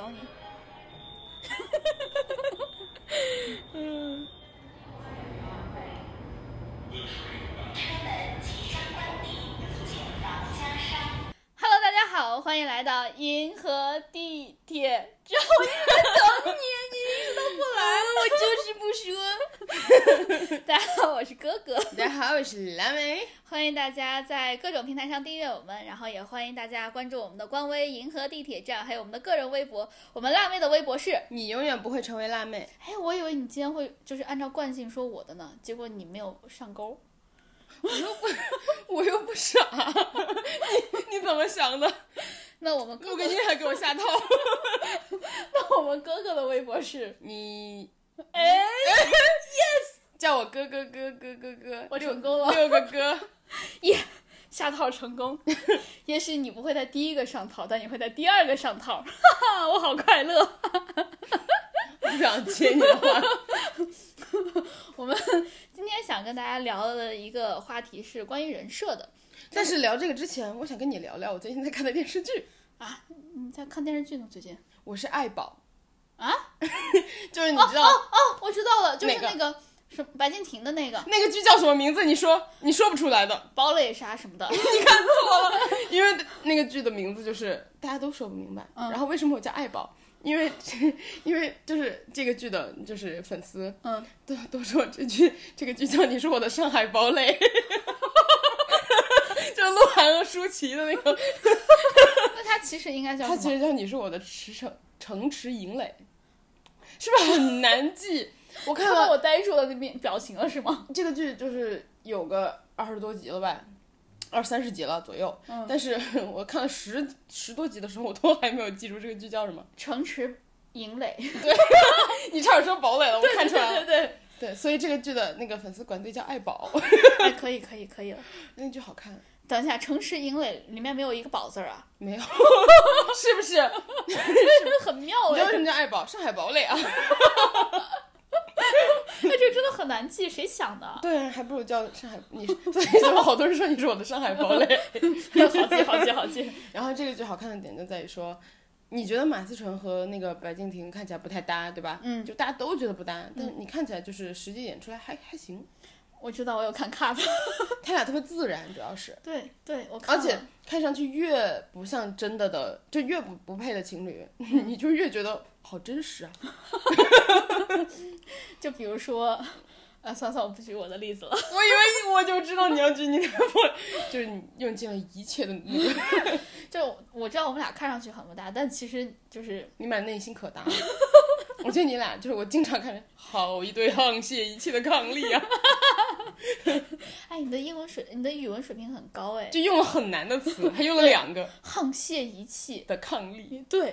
找你。Hello， 大家好，欢迎来到银河地铁站。我一直在等你，你一直都不来，我就是不说。大家好，我是哥哥。 大家好，我是蓝莓。 欢迎大家在各种平台上订阅我们，然后也欢迎大家关注我们的官微银河地铁站，还有我们的个人微博。我们辣妹的微博是你永远不会成为辣妹。 哎，我以为你今天会就是按照惯性说我的呢，结果你没有上钩。 我又不傻，你怎么想的？ 那我们录个音还给我下套。 那我们哥哥的微博是你 yes， 叫我哥哥哥哥哥哥， 我成功了 6个哥， 耶、下套成功。也许你不会在第一个上套，但你会在第二个上套，哈哈，我好快乐。 不想接你的话。 我们今天想跟大家聊的一个话题是关于人设的。 但是聊这个之前，我想跟你聊聊我最近在看的电视剧啊。你在看电视剧呢？最近？ 我是爱宝啊。 就是你知道我知道了，就是那个什么白敬亭的那个剧叫什么名字？你说不出来的。 堡垒啥什么的。 你看错了，因为那个剧的名字就是大家都说不明白。然后为什么我叫爱宝？因为就是这个剧的就是粉丝都说这个剧叫你是我的上海堡垒。就鹿晗和舒淇的那个。 那他其实应该叫什么？ 他其实叫你是我的城池营垒，是不是很难记？我看了我呆住了那表情了是吗？ 这个剧就是有个20多集了吧，20-30集了左右。但是我看了十多集的时候，我都还没有记住这个剧叫什么。 城池营垒。 对，你差点说堡垒了，我看出来了。 对， 所以这个剧的那个粉丝管对叫爱宝。 哎，可以了。 那剧好看。 等一下，城池营垒里面没有一个宝字啊？ 没有。是不是？是不是很妙哎？ 你知道为什么叫爱宝？上海堡垒啊。 那这真的很难记，谁想的？ 对，还不如叫上海你。所以怎么好多人说你是我的上海堡垒。 好记。 然后这个剧好看的点就在于说，你觉得马思纯和那个白敬亭看起来不太搭，对吧？就大家都觉得不搭，但你看起来就是实际演出来还行。 我知道，我有看 cut。 他俩特别自然，主要是。 对，我看了。 而且看上去越不像真的，就越不配的情侣，你就越觉得好真实啊。 就比如说，算了，我不举我的例子了。 我以为我就知道你要举你的，就是你用尽了一切的那个。 就我知道我们俩看上去很不搭，但其实就是你们俩内心可搭。我觉得你俩就是我经常看着好一对沆瀣一气的伉俪啊。 哎，你的语文水平很高哎， 就用了很难的词，还用了2个沆瀣一气的伉俪。 对。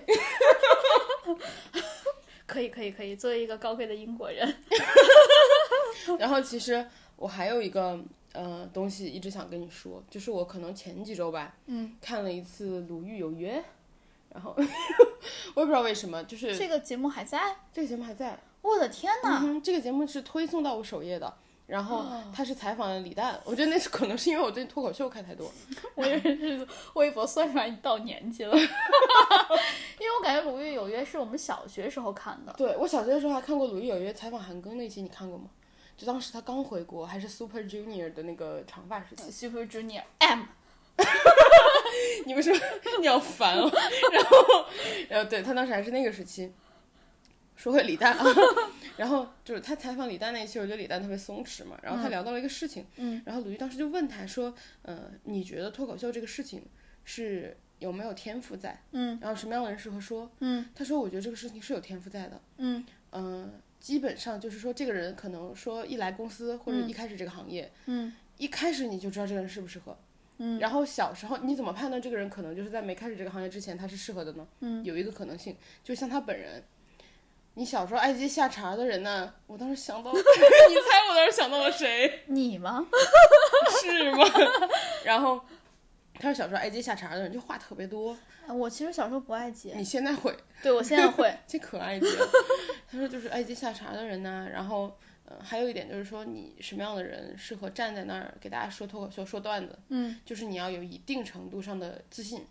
可以，作为一个高贵的英国人。 然后其实我还有一个东西一直想跟你说，就是我可能前几周吧，看了一次《鲁豫有约》，然后我也不知道为什么，就是这个节目还在， 这个节目还在。 我的天哪！ 这个节目是推送到我首页的。然后他是采访了李诞，我觉得那可能是因为我最近脱口秀看太多。 我以为是微博算出来你到年纪了。因为我感觉《鲁豫有约》是我们小学时候看的。 对，我小学的时候还看过《鲁豫有约》采访韩庚那期，你看过吗？就当时他刚回国，还是 Super Junior 的那个长发时期。 Super Junior M。 你为什么你好烦哦？然后对，他当时还是那个时期。说回李诞啊，然后就是他采访李诞那一期，我觉得李诞特别松弛嘛，然后他聊到了一个事情，然后鲁豫当时就问他说，你觉得脱口秀这个事情是有没有天赋在？然后什么样的人适合说？他说我觉得这个事情是有天赋在的，基本上就是说这个人可能说一来公司或者一开始这个行业，一开始你就知道这个人适不适合。然后小时候你怎么判断这个人可能就是在没开始这个行业之前他是适合的呢？有一个可能性，就像他本人。你小时候爱接下茬的人呢？我当时想到，你猜我当时想到了谁？ 你吗？ 是吗？然后他说小时候爱接下茬的人就话特别多。 我其实小时候不爱接。 你现在会？ 对，我现在会。 这可爱接。他说就是爱接下茬的人呢，然后还有一点就是说你什么样的人适合站在那儿给大家说脱口秀说段子，就是你要有一定程度上的自信。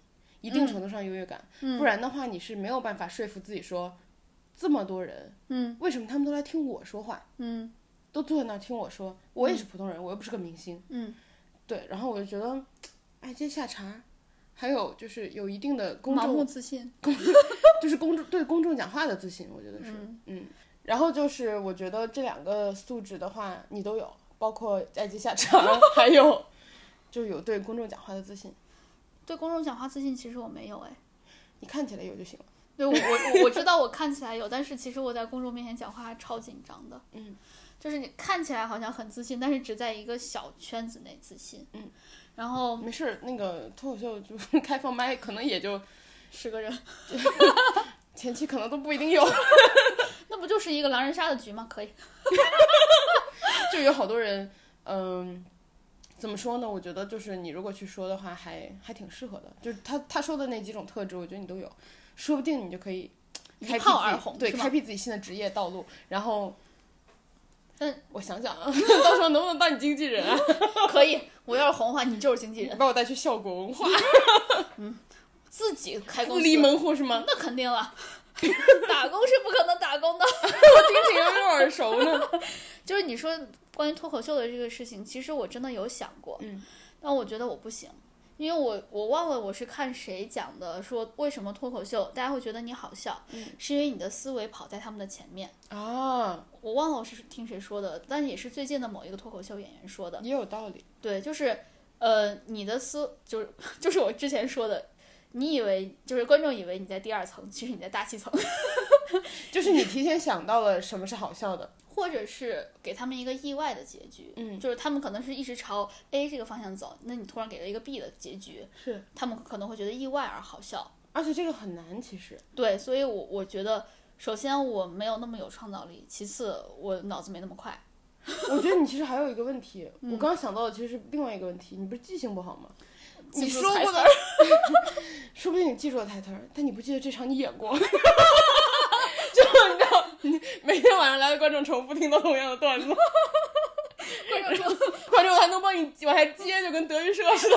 一定程度上优越感，不然的话你是没有办法说服自己说，这么多人，为什么他们都来听我说话，都坐在那儿听我说，我也是普通人，我又不是个明星，对，然后我就觉得挨街下茬，还有就是有一定的公众盲目自信， 就是对公众讲话的自信，我觉得是，然后就是我觉得这2个素质的话你都有，包括挨街下茬，还有就有对公众讲话的自信。 对公众讲话自信其实我没有哎， 你看起来有就行了。 对，我知道我看起来有，但是其实我在公众面前讲话超紧张的。就是你看起来好像很自信，但是只在一个小圈子内自信。然后没事，那个脱口秀就是开放麦，可能也就 10个人， 前期可能都不一定有。 那不就是一个狼人杀的局吗？可以。 就有好多人，怎么说呢？我觉得就是你如果去说的话还挺适合的。就是他说的那几种特质，我觉得你都有，说不定你就可以开辟开辟自己新的职业道路。然后，我想想啊，到时候能不能当你经纪人啊？ 可以，我要是红的话，你就是经纪人， 把我带去效果文化。 自己开公司， 自立门户是吗？ 那肯定了。打工是不可能打工的。 我听起来有点耳熟呢。 就是你说关于脱口秀的这个事情，其实我真的有想过，但我觉得我不行，因为我忘了我是看谁讲的，说为什么脱口秀大家会觉得你好笑，是因为你的思维跑在他们的前面啊。我忘了我是听谁说的，但也是最近的某一个脱口秀演员说的， 也有道理。 对，就是你的就是我之前说的。你以为就是观众以为你在第2层，其实你在大气层。 就是你提前想到了什么是好笑的， 或者是给他们一个意外的结局。就是他们可能是一直朝 A 这个方向走，那你突然给了一个 B 的结局， 是他们可能会觉得意外而好笑。 而且这个很难，其实。 对，所以我觉得，首先我没有那么有创造力，其次我脑子没那么快。 我觉得你其实还有一个问题，我刚刚想到的其实是另外一个问题，你不是记性不好吗？你说过的，说不定你记住了台词儿，但你不记得这场你演过。就你知道，你每天晚上来的观众重复听到同样的段子，观众还能帮你往下接，就跟德云社似的。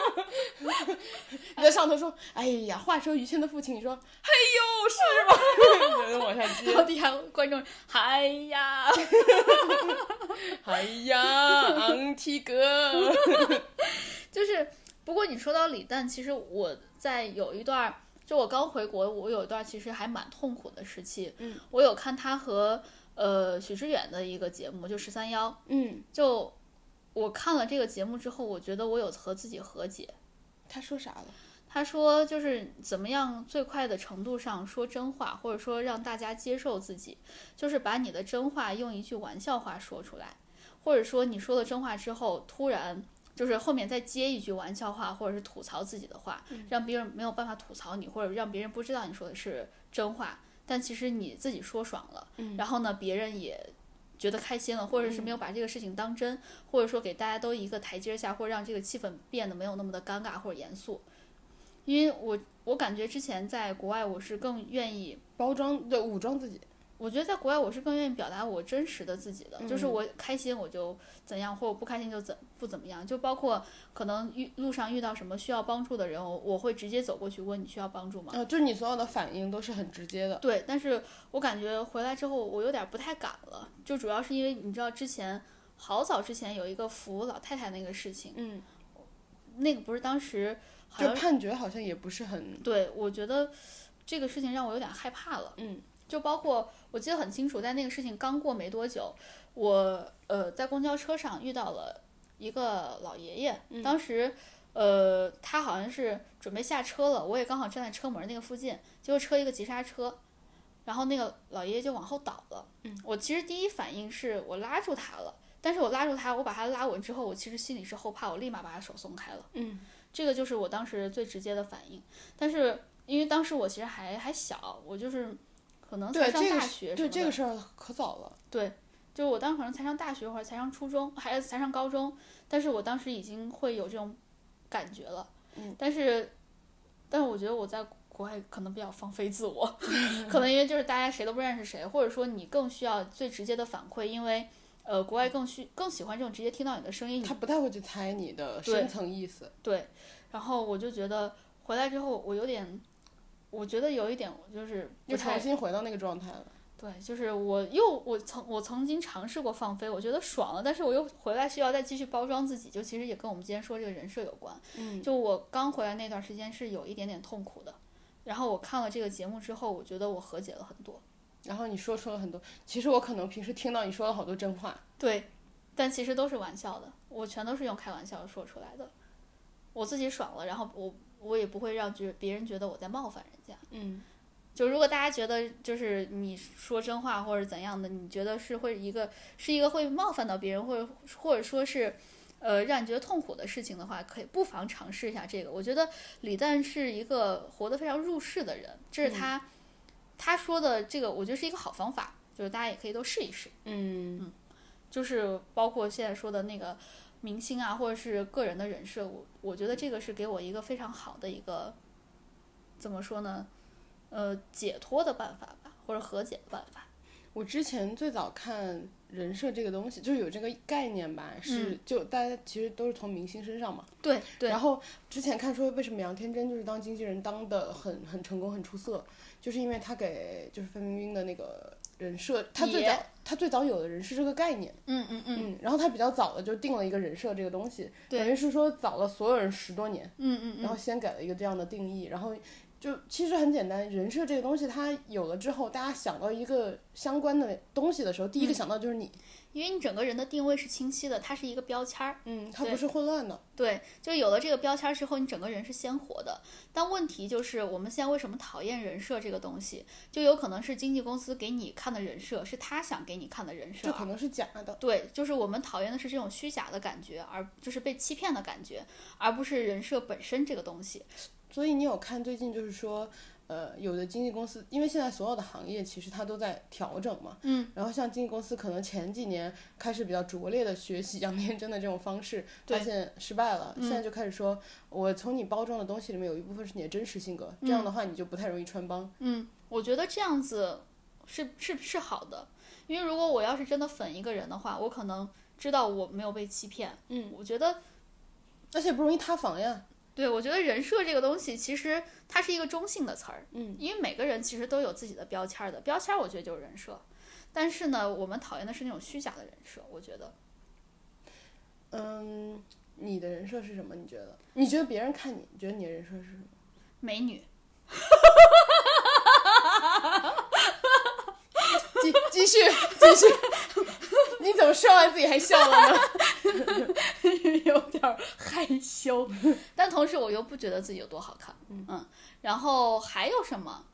你在上头说：“哎呀，话说于谦的父亲。”你说：“嘿呦，是吧？”你能往下接。 然后底下观众：“嗨呀， 嗨呀，昂提哥。” 就是。不过你说到李诞，其实我在有一段，就我刚回国，我有一段其实还蛮痛苦的时期。我有看他和许知远的一个节目，就13邀。就我看了这个节目之后，我觉得我有和自己和解。 他说啥了？ 他说就是怎么样最快的程度上说真话，或者说让大家接受自己，就是把你的真话用一句玩笑话说出来，或者说你说了真话之后，突然。就是后面再接一句玩笑话，或者是吐槽自己的话，让别人没有办法吐槽你，或者让别人不知道你说的是真话，但其实你自己说爽了，然后呢，别人也觉得开心了，或者是没有把这个事情当真，或者说给大家都一个台阶下，或者让这个气氛变得没有那么的尴尬或者严肃。因为我感觉之前在国外，我是更愿意武装自己。 我觉得在国外我是更愿意表达我真实的自己的，就是我开心我就怎样，或者不开心就不怎么样，就包括可能路上遇到什么需要帮助的人，我会直接走过去问你需要帮助吗？ 就是你所有的反应都是很直接的。 对，但是我感觉回来之后我有点不太敢了，就主要是因为你知道之前好早之前有一个扶老太太那个事情，那个不是当时好像就判决好像也不是很对，我觉得这个事情让我有点害怕了。就包括我记得很清楚，在那个事情刚过没多久，我在公交车上遇到了一个老爷爷，当时他好像是准备下车了，我也刚好站在车门那个附近，结果车一个急刹车，然后那个老爷爷就往后倒了。我其实第一反应是我拉住他了，但是我拉住他，我把他拉稳之后，我其实心里是后怕，我立马把他手松开了。这个就是我当时最直接的反应。但是因为当时我其实还小，我就是可能才上大学什么的。 对这个事儿可早了。 对，就是我当时可能才上大学或者才上初中，还才上高中，但是我当时已经会有这种感觉了。但是我觉得我在国外可能比较放飞自我，可能因为就是大家谁都不认识谁，或者说你更需要最直接的反馈，因为国外更喜欢这种直接听到你的声音， 他不太会去猜你的深层意思。 对，然后我就觉得回来之后我觉得有一点就是又重新回到那个状态了。 对，就是我曾经尝试过放飞，我觉得爽了，但是我又回来需要再继续包装自己，就其实也跟我们今天说这个人设有关。就我刚回来那段时间是有一点点痛苦的，然后我看了这个节目之后，我觉得我和解了很多。 然后你说出了很多，其实我可能平时听到你说了好多真话。 对，但其实都是玩笑的，我全都是用开玩笑说出来的。我自己爽了，然后我也不会让别人觉得我在冒犯人家。就如果大家觉得就是你说真话或者怎样的，你觉得是一个会冒犯到别人，或者说是让你觉得痛苦的事情的话，可以不妨尝试一下这个。我觉得李诞是一个活得非常入世的人，这是他说的这个，我觉得是一个好方法，就是大家也可以都试一试。就是包括现在说的那个明星啊，或者是个人的人设，我觉得这个是给我一个非常好的一个怎么说呢？解脱的办法吧，或者和解的办法。 我之前最早看人设这个东西，就是有这个概念吧，是就大家其实都是从明星身上嘛。 对。 然后之前看说为什么杨天真就是当经纪人当的很成功很出色，就是因为他给就是范冰冰的那个人设，他最早有的人设这个概念。然后他比较早的就定了一个人设这个东西，等于是说早了所有人10多年。然后先给了一个这样的定义，然后。就其实很简单，人设这个东西它有了之后，大家想到一个相关的东西的时候，第一个想到就是你， 因为你整个人的定位是清晰的，它是一个标签儿， 它不是混乱的。 对，就有了这个标签之后，你整个人是鲜活的。但问题就是我们现在为什么讨厌人设这个东西，就有可能是经纪公司给你看的人设是他想给你看的人设， 这可能是假的。 对，就是我们讨厌的是这种虚假的感觉，而就是被欺骗的感觉，而不是人设本身这个东西。 所以你有看最近就是说，有的经纪公司，因为现在所有的行业其实它都在调整嘛，然后像经纪公司可能前几年开始比较拙劣的学习杨天真的这种方式，发现失败了，现在就开始说，我从你包装的东西里面有一部分是你的真实性格，这样的话你就不太容易穿帮。 我觉得这样子是好的，因为如果我要是真的粉一个人的话，我可能知道我没有被欺骗，我觉得， 而且不容易塌房呀。 对，我觉得人设这个东西其实它是一个中性的词儿，因为每个人其实都有自己的标签的，标签我觉得就是人设，但是呢，我们讨厌的是那种虚假的人设，我觉得。 你的人设是什么？你觉得？你觉得别人看你，你觉得你的人设是什么？ 美女。 继续，你怎么说完自己还笑了呢？ 有点害羞，但同时我又不觉得自己有多好看。然后还有什么？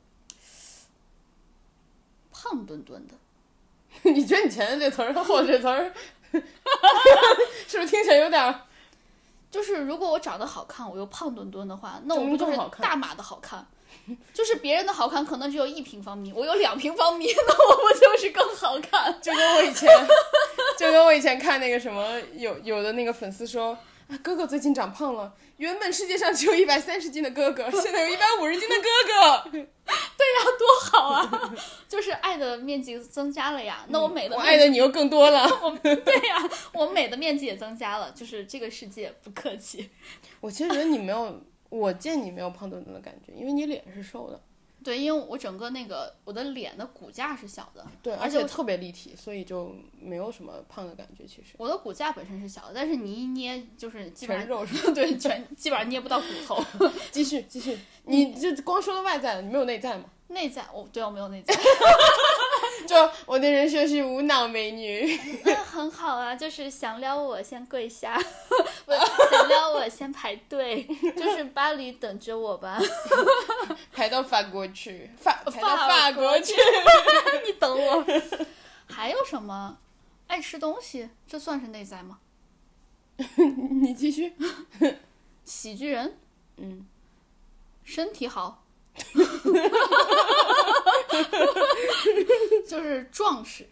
胖墩墩的。 你觉得你前面这词儿和后这词儿，是不是听起来有点？ 就是如果我长得好看，我又胖墩墩的话，那我不就是大码的好看？就是别人的好看可能只有1平方米，我有2平方米，那我不就是更好看？ 就跟我以前看那个什么，有的那个粉丝说啊，哥哥最近长胖了，原本世界上只有130斤的哥哥，现在有150斤的哥哥。 对呀，多好啊！就是爱的面积增加了呀，那我美的面积， 我爱的你又更多了。 对呀，我美的面积也增加了，就是这个世界不客气。 我其实觉得你没有。我见你没有胖墩墩的感觉，因为你脸是瘦的。 对，因为我整个我的脸的骨架是小的， 对，而且特别立体，所以就没有什么胖的感觉。其实我的骨架本身是小的，但是你一捏就是基本上全肉是吧？ 对，基本上捏不到骨头。 继续，你就光说了外在了，你没有内在吗？ 内在，对，我没有内在。 就我的人设是无脑美女。 那很好啊，就是想撩我先跪下，想撩我先排队，就是巴黎等着我吧。 排到法国去，排到法国去。 你等我。还有什么？爱吃东西，这算是内在吗？ 你继续。 喜剧人。身体好。就是壮实，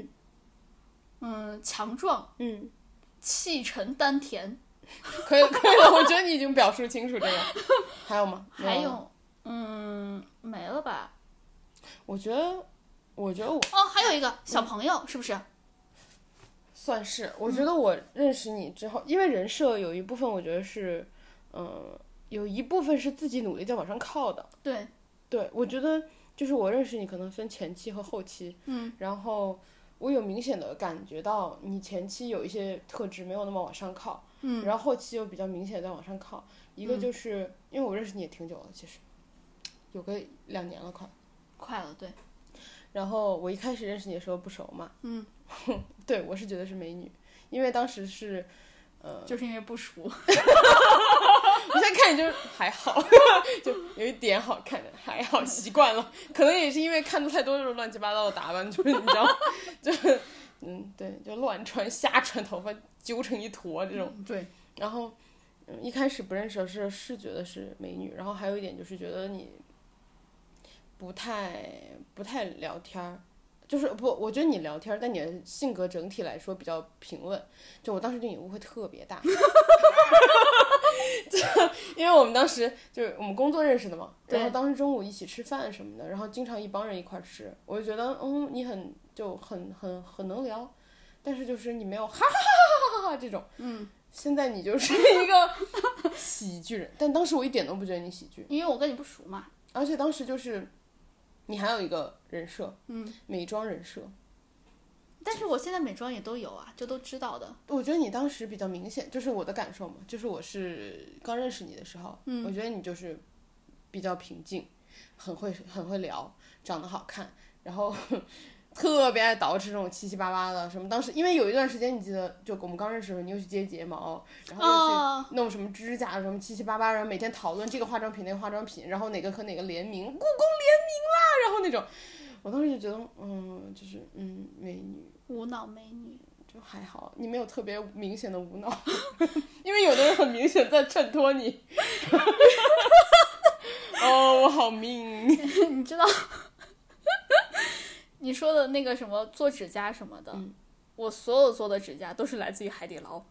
强壮，气沉丹田， 可以了，我觉得你已经表述清楚这个。还有吗？ 还有，没了吧？ 我觉得我还有一个小朋友，是不是？ 算是，我觉得我认识你之后，因为人设有一部分我觉得是， 有一部分是自己努力在往上靠的。对，我觉得就是我认识你可能分前期和后期，然后我有明显的感觉到你前期有一些特质没有那么往上靠，然后后期又比较明显的在往上靠。一个就是因为我认识你也挺久了，其实有个2年了快了，对。 然后我一开始认识你的时候不熟嘛，对，我是觉得是美女，因为当时是就是因为不熟。 我现在看你就还好，就有一点好看的，还好习惯了。可能也是因为看的太多这种乱七八糟的打扮，就是你知道，就对，就乱穿瞎穿，头发揪成一坨这种。 对。 然后一开始不认识的时候是觉得是美女，然后还有一点就是觉得你不太聊天，就是不，我觉得你聊天，但你的性格整体来说比较平稳。就我当时对你误会特别大。因为我们当时就是我们工作认识的嘛，然后当时中午一起吃饭什么的，然后经常一帮人一块吃，我就觉得你很能聊，但是就是你没有哈哈哈哈哈这种，现在你就是一个喜剧人，但当时我一点都不觉得你喜剧， 因为我跟你不熟嘛， 而且当时就是你还有一个人设，美妆人设。 但是我现在美妆也都有啊，就都知道的。 我觉得你当时比较明显，就是我的感受嘛，就是我是刚认识你的时候，我觉得你就是比较平静，很会聊，长得好看，然后特别爱捯饬这种七七八八的什么。当时因为有一段时间你记得，就我们刚认识的时候，你又去接睫毛，然后又去弄什么指甲什么七七八八，然后每天讨论这个化妆品那个化妆品，然后哪个和哪个联名，故宫联名啦，然后那种。我当时就觉得，就是美女， 无脑美女， 就还好，你没有特别明显的无脑，因为有的人很明显在衬托你。我好命。 你知道，你说的那个什么做指甲什么的，我所有做的指甲都是来自于海底捞。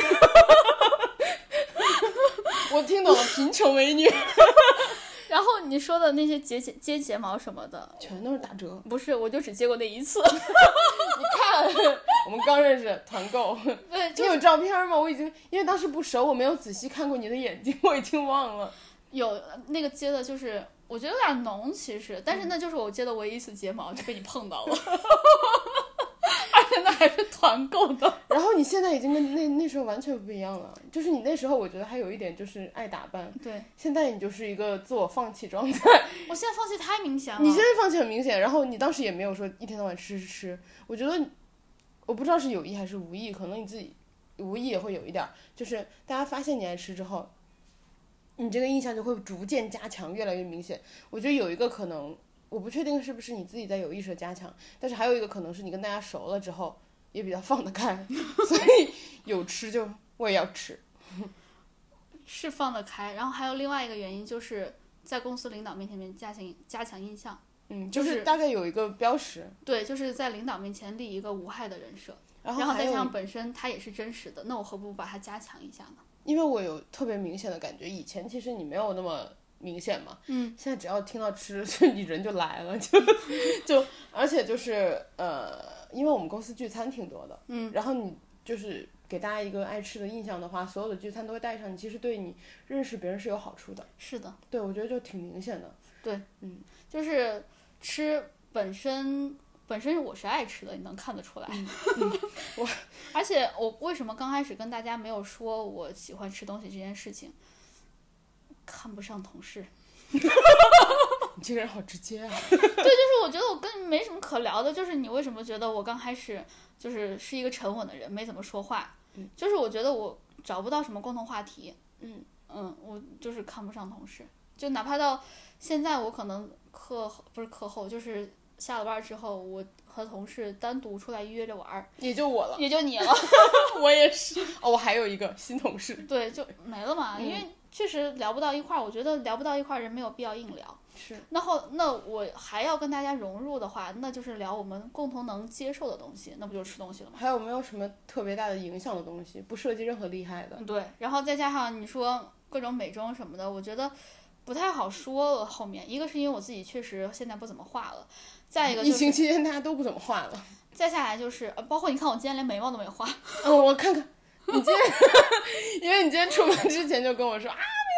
我听懂了，贫穷美女。 然后你说的那些接睫毛什么的， 全都是打折。 不是，我就只接过那一次。 你看，我们刚认识团购。 对， 你有照片吗？我已经因为当时不熟，我没有仔细看过你的眼睛，我已经忘了。 有那个接的，就是我觉得有点浓，其实，但是那就是我接的唯一一次睫毛，就被你碰到了。而且那还是团购的。 然后你现在已经跟那时候完全不一样了，就是你那时候我觉得还有一点就是爱打扮， 对， 现在你就是一个自我放弃状态。 我现在放弃太明显了。 你现在放弃很明显，然后你当时也没有说一天到晚吃，我觉得我不知道是有意还是无意，可能你自己无意也会有一点，就是大家发现你爱吃之后，你这个印象就会逐渐加强，越来越明显。我觉得有一个可能，我不确定是不是你自己在有意识的加强，但是还有一个可能是你跟大家熟了之后也比较放得开，所以有吃就我也要吃。 是放得开，然后还有另外一个原因就是在公司领导面前加强印象。 就是大概有一个标识。 对，就是在领导面前立一个无害的人设， 然后再加上本身它也是真实的，那我何不把它加强一下呢？ 因为我有特别明显的感觉，以前其实你没有那么明显嘛，现在只要听到吃，你人就来了，就而且就是因为我们公司聚餐挺多的，然后你就是给大家一个爱吃的印象的话，所有的聚餐都会带上你，其实对你认识别人是有好处的。 是的， 对，我觉得就挺明显的。 对，就是吃本身我是爱吃的，你能看得出来。而且我为什么刚开始跟大家没有说我喜欢吃东西这件事情，看不上同事。 你这个人好直接啊。 对，就是我觉得我跟你没什么可聊的，就是你为什么觉得我刚开始是一个沉稳的人，没怎么说话，就是我觉得我找不到什么共同话题。我就是看不上同事，就哪怕到现在我可能不是课后，就是下了班之后，我和同事单独出来约着玩， 也就我了， 也就你了。 我也是。我还有一个新同事。 对，就没了嘛，因为确实聊不到一块儿，我觉得聊不到一块儿人没有必要硬聊。 是。 那我还要跟大家融入的话，那就是聊我们共同能接受的东西，那不就是吃东西了吗？ 还有没有什么特别大的影响的东西，不涉及任何厉害的？ 对，然后再加上你说各种美妆什么的，我觉得不太好说了。后面一个是因为我自己确实现在不怎么画了，再一个、就是、 疫情期间大家都不怎么画了。 再下来就是包括你看我今天连眉毛都没画。 我看看你今天因为你今天出门之前就跟我说啊没有眉毛，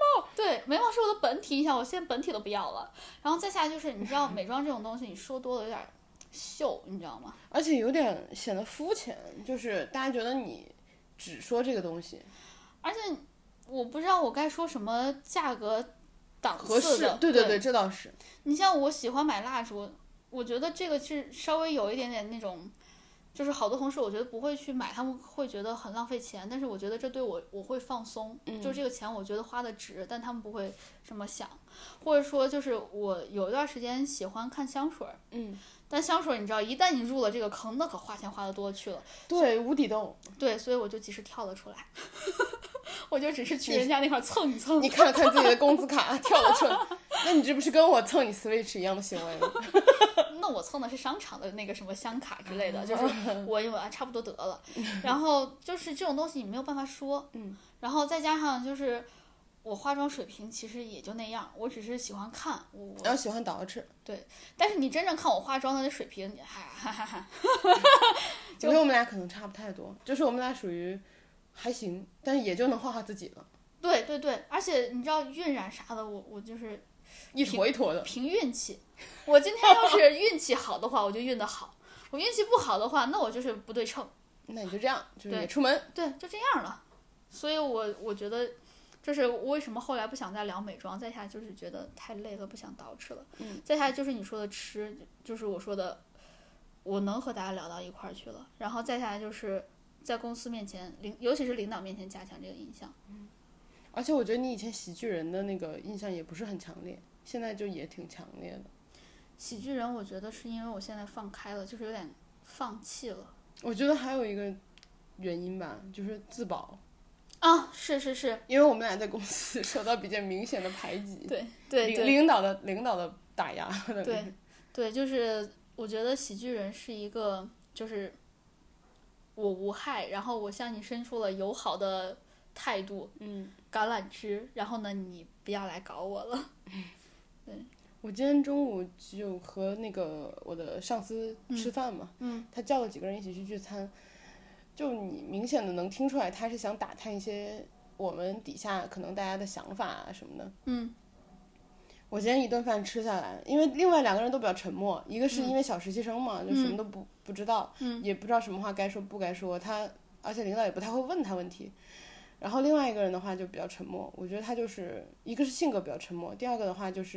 对，眉毛是我的本体，你想我现在本体都不要了。然后再下来就是你知道美妆这种东西，你说多了有点秀，你知道吗？ 而且有点显得肤浅，就是大家觉得你只说这个东西， 而且我不知道我该说什么价格档合适次的。 对对对，这倒是。 你像我喜欢买蜡烛，我觉得这个是稍微有一点点那种，就是好多同事我觉得不会去买，他们会觉得很浪费钱，但是我觉得这对我会放松，就这个钱我觉得花的值，但他们不会这么想。或者说就是我有一段时间喜欢看香水，但香水你知道一旦你入了这个坑，那可花钱花的多去了， 对，无底洞。 对，所以我就及时跳了出来。我就只是去人家那块蹭一蹭。 你看了看自己的工资卡，跳了出来，那你这不是跟我蹭你 Switch 一样的行为吗？ 那我蹭的是商场的那个什么香卡之类的，就是我差不多得了。然后就是这种东西你没有办法说，然后再加上就是我化妆水平其实也就那样，我只是喜欢看， 然后喜欢捯饬。 对，但是你真正看我化妆的那水平，你哈哈哈。 我觉得我们俩可能差不太多，就是我们俩属于还行，但是也就能画画自己了。 对对对，而且你知道晕染啥的，我就是一坨一坨的， 凭运气。我今天要是运气好的话，我就运得好；我运气不好的话，那我就是不对称。 那你就这样，就是也出门。 对，就这样了。所以我觉得，就是我为什么后来不想再聊美妆，再下来就是觉得太累了，不想捯饬了。再下来就是你说的吃，就是我说的，我能和大家聊到一块儿去了。然后再下来就是在公司面前，尤其是领导面前加强这个印象。 而且我觉得你以前喜剧人的那个印象也不是很强烈，现在就也挺强烈的。 喜剧人，我觉得是因为我现在放开了，就是有点放弃了。 我觉得还有一个原因吧，就是自保。 啊，是是是， 因为我们俩在公司受到比较明显的排挤， 对对对， 领导的打压。 对对，就是我觉得喜剧人是一个，就是我无害，然后我向你伸出了友好的态度，橄榄枝，然后呢，你不要来搞我了。对， 我今天中午就和那个我的上司吃饭嘛，他叫了几个人一起去聚餐，就你明显的能听出来他是想打探一些我们底下可能大家的想法啊什么的。我今天一顿饭吃下来，因为另外两个人都比较沉默，一个是因为小实习生嘛，就什么都不知道，也不知道什么话该说不该说，而且领导也不太会问他问题。然后另外一个人的话就比较沉默，我觉得他就是一个是性格比较沉默，第二个的话就是，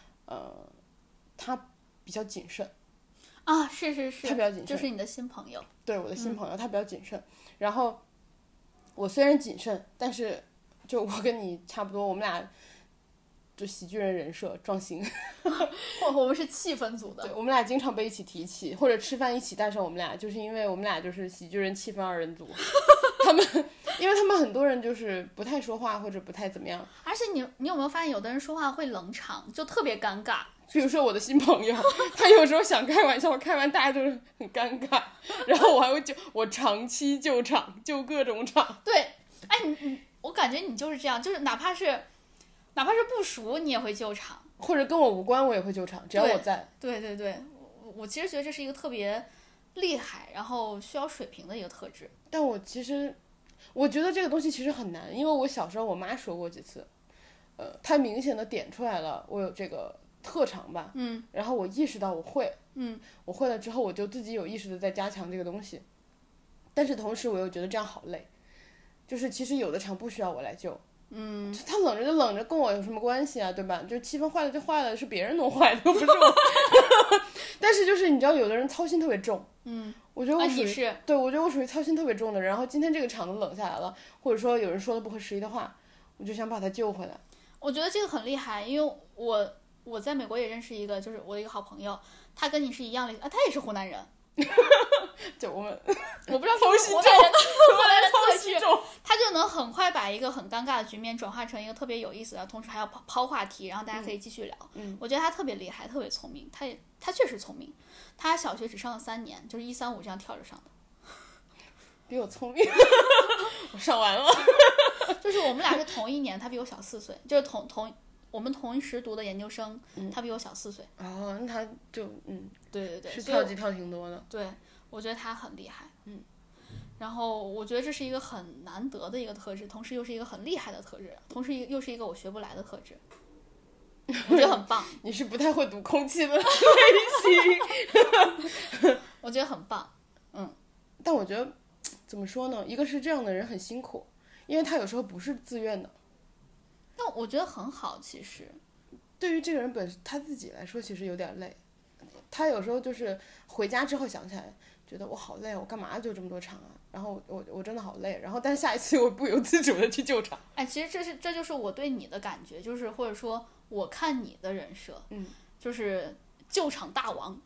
他比较谨慎。 啊，是是是， 他比较谨慎， 就是你的新朋友。 对，我的新朋友，他比较谨慎。然后我虽然谨慎，但是就我跟你差不多，我们俩就喜剧人人设撞型。 我们是气氛组的。 对，我们俩经常被一起提起，或者吃饭一起带上我们俩，就是因为我们俩就是喜剧人气氛二人组。因为他们很多人就是不太说话或者不太怎么样。 而且你有没有发现，有的人说话会冷场，就特别尴尬。 比如说我的新朋友，他有时候想开玩笑，开完大家就是很尴尬，然后我还会我长期救场，救各种场。 对，哎，我感觉你就是这样，就是哪怕是不熟，你也会救场， 或者跟我无关，我也会救场，只要我在。 对对对，我其实觉得这是一个特别厉害，然后需要水平的一个特质。 但我觉得这个东西其实很难，因为我小时候我妈说过几次，她明显的点出来了我有这个特长吧，然后我意识到我会，我会了之后我就自己有意识的在加强这个东西，但是同时我又觉得这样好累，就是其实有的场不需要我来救，他冷着就冷着，跟我有什么关系啊，对吧？就气氛坏了就坏了，是别人弄坏的，又不是我。但是就是你知道，有的人操心特别重，我觉得我属于，对，我觉得我属于操心特别重的人。然后今天这个场子冷下来了，或者说有人说了不合时宜的话，我就想把他救回来。 我觉得这个很厉害，因为我在美国也认识一个，就是我的一个好朋友，他跟你是一样的啊，他也是湖南人。 就我不知道操心重， 湖南人操心重， 他就能很快把一个很尴尬的局面转化成一个特别有意思的，同时还要抛话题，然后大家可以继续聊。我觉得他特别厉害，特别聪明，他确实聪明。他小学只上了3年，就是135这样跳着上的。 比我聪明，我上完了。 就是我们俩是同一年，他比我小4岁，就是我们同时读的研究生，他比我小4岁。 哦，那他就对对对， 是跳级跳挺多的。 对，我觉得他很厉害。 然后我觉得这是一个很难得的一个特质，同时又是一个很厉害的特质，同时又是一个我学不来的特质，我觉得很棒。 你是不太会读空气的类型。 我觉得很棒。 但我觉得怎么说呢，一个是这样的人很辛苦，因为他有时候不是自愿的。 但我觉得很好，其实对于这个人他自己来说其实有点累，他有时候就是回家之后想起来觉得我好累，我干嘛就这么多场啊，然后我真的好累，然后但是下一次我不由自主的去救场。 哎，其实这就是我对你的感觉，就是或者说我看你的人设，就是救场大王。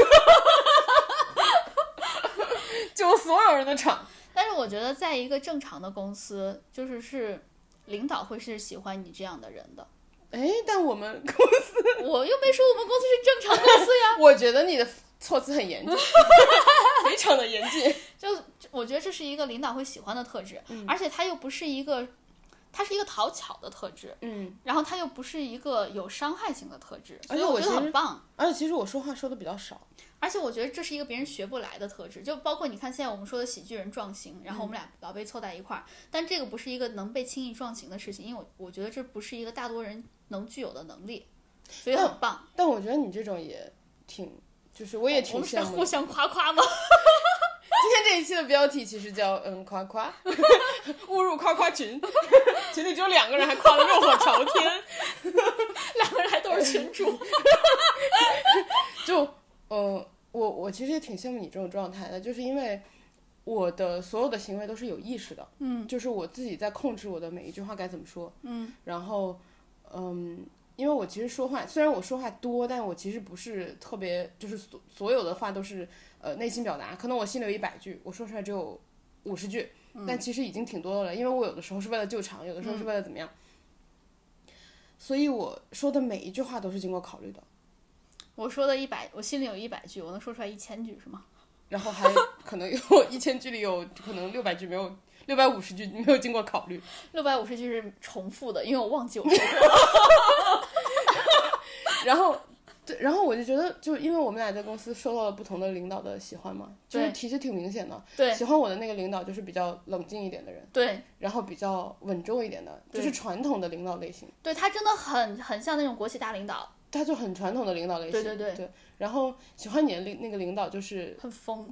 救所有人的场。 但是我觉得在一个正常的公司，是领导会是喜欢你这样的人的。 哎，但我们公司我又没说我们公司是正常公司呀。 我觉得你的措辞很严谨。非常的严谨。 就我觉得这是一个领导会喜欢的特质，而且他又不是一个，它是一个讨巧的特质，然后它又不是一个有伤害性的特质，所以我觉得很棒。 而且其实我说话说的比较少， 而且我觉得这是一个别人学不来的特质，就包括你看现在我们说的喜剧人撞型，然后我们俩老被凑在一块儿，但这个不是一个能被轻易撞型的事情，因为我觉得这不是一个大多人能具有的能力，所以很棒。 但我觉得你这种也挺，就是我也挺羡慕。 我们是互相夸夸吗？ 今天这一期的标题其实叫夸夸，误入夸夸群，群里只有2个人还夸得热火朝天 ，2个人还都是群主。 就我其实也挺羡慕你这种状态的，就是因为我的所有的行为都是有意识的，就是我自己在控制我的每一句话该怎么说，然后因为我其实说话，虽然我说话多，但我其实不是特别，就是所有的话都是内心表达，可能我心里有100句，我说出来只有50句，但其实已经挺多的了，因为我有的时候是为了救场，有的时候是为了怎么样，所以我说的每一句话都是经过考虑的。 我说的我心里有100句，我能说出来1000句是吗？ 然后还可能有1000句里有可能600句没有，650句没有经过考虑。 650句是重复的，因为我忘记我说过了。 然后我就觉得，就因为我们俩在公司受到了不同的领导的喜欢嘛，就是其实挺明显的。 对， 喜欢我的那个领导就是比较冷静一点的人， 对， 然后比较稳重一点的，就是传统的领导类型。 对，他真的很像那种国企大领导。 他就很传统的领导类型。对。然后喜欢你的那个领导就是很疯。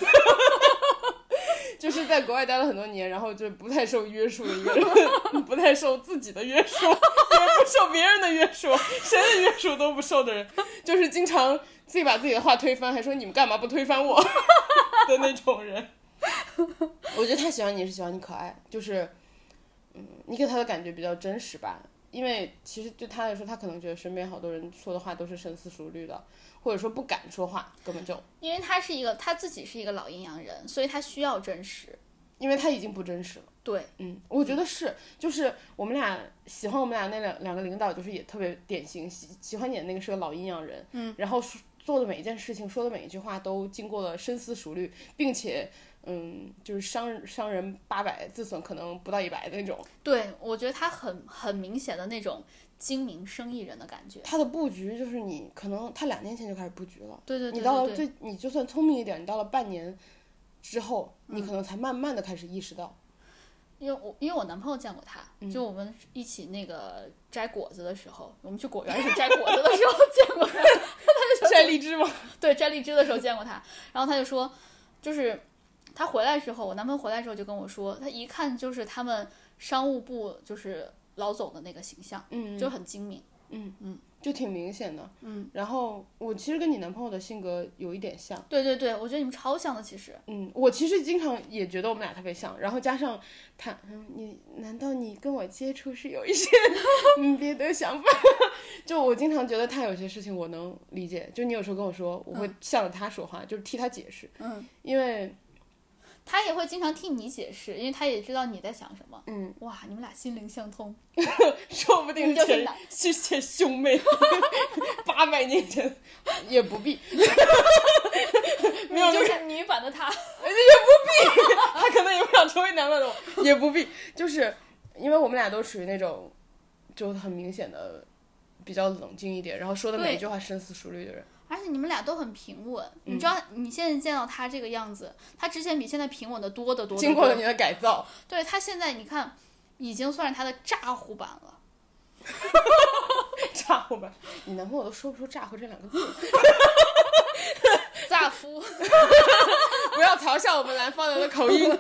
就是在国外待了很多年，然后就不太受约束的一个人，不太受自己的约束，也不受别人的约束，谁的约束都不受的人，就是经常自己把自己的话推翻，还说你们干嘛不推翻我的那种人。我觉得他喜欢你是喜欢你可爱，就是你给他的感觉比较真实吧，因为其实对他来说，他可能觉得身边好多人说的话都是深思熟虑的，或者说不敢说话，根本就因为他自己是一个老阴阳人，所以他需要真实， 因为他已经不真实了。 对， 我觉得是，就是我们俩喜欢我们俩那两个领导，就是也特别典型，喜欢你的那个是个老阴阳人，然后做的每一件事情，说的每一句话都经过了深思熟虑，并且就是伤人800，自损可能不到100的那种。 对，我觉得他很明显的那种精明生意人的感觉。 他的布局就是你可能他2年前就开始布局了， 对， 你到了你就算聪明一点，你到了半年之后，你可能才慢慢的开始意识到。 因为我男朋友见过他，就我们一起那个摘果子的时候，我们去果园一起摘果子的时候见过他。 摘荔枝吗？ 对，摘荔枝的时候见过他，然后他就说，就是他回来之后，我男朋友回来之后就跟我说，他一看就是他们商务部就是老总的那个形象，就很精明， 就挺明显的，然后我其实跟你男朋友的性格有一点像， 对，我觉得你们超像的，其实， 我其实经常也觉得我们俩特别像，然后加上他，难道你跟我接触是有一些别的想法？就我经常觉得他有些事情我能理解，就你有时候跟我说，我会向着他说话，就是替他解释，因为他也会经常替你解释，因为他也知道你在想什么。哇，你们俩心灵相通， 说不定是兄妹，800年前也不必， 没有，就是女版的他， 也不必，他可能也不想成为男版的我，也不必，就是因为我们俩都属于那种就很明显的比较冷静一点，然后说的每一句话深思熟虑的人。 而且你们俩都很平稳。你知道你现在见到他这个样子，他之前比现在平稳的多得多。 经过了你的改造。 对，他现在你看已经算是他的咋呼版了。 咋呼版？你男朋友都说不出咋呼这2个字。 咋呼？ 不要嘲笑我们南方人的口音。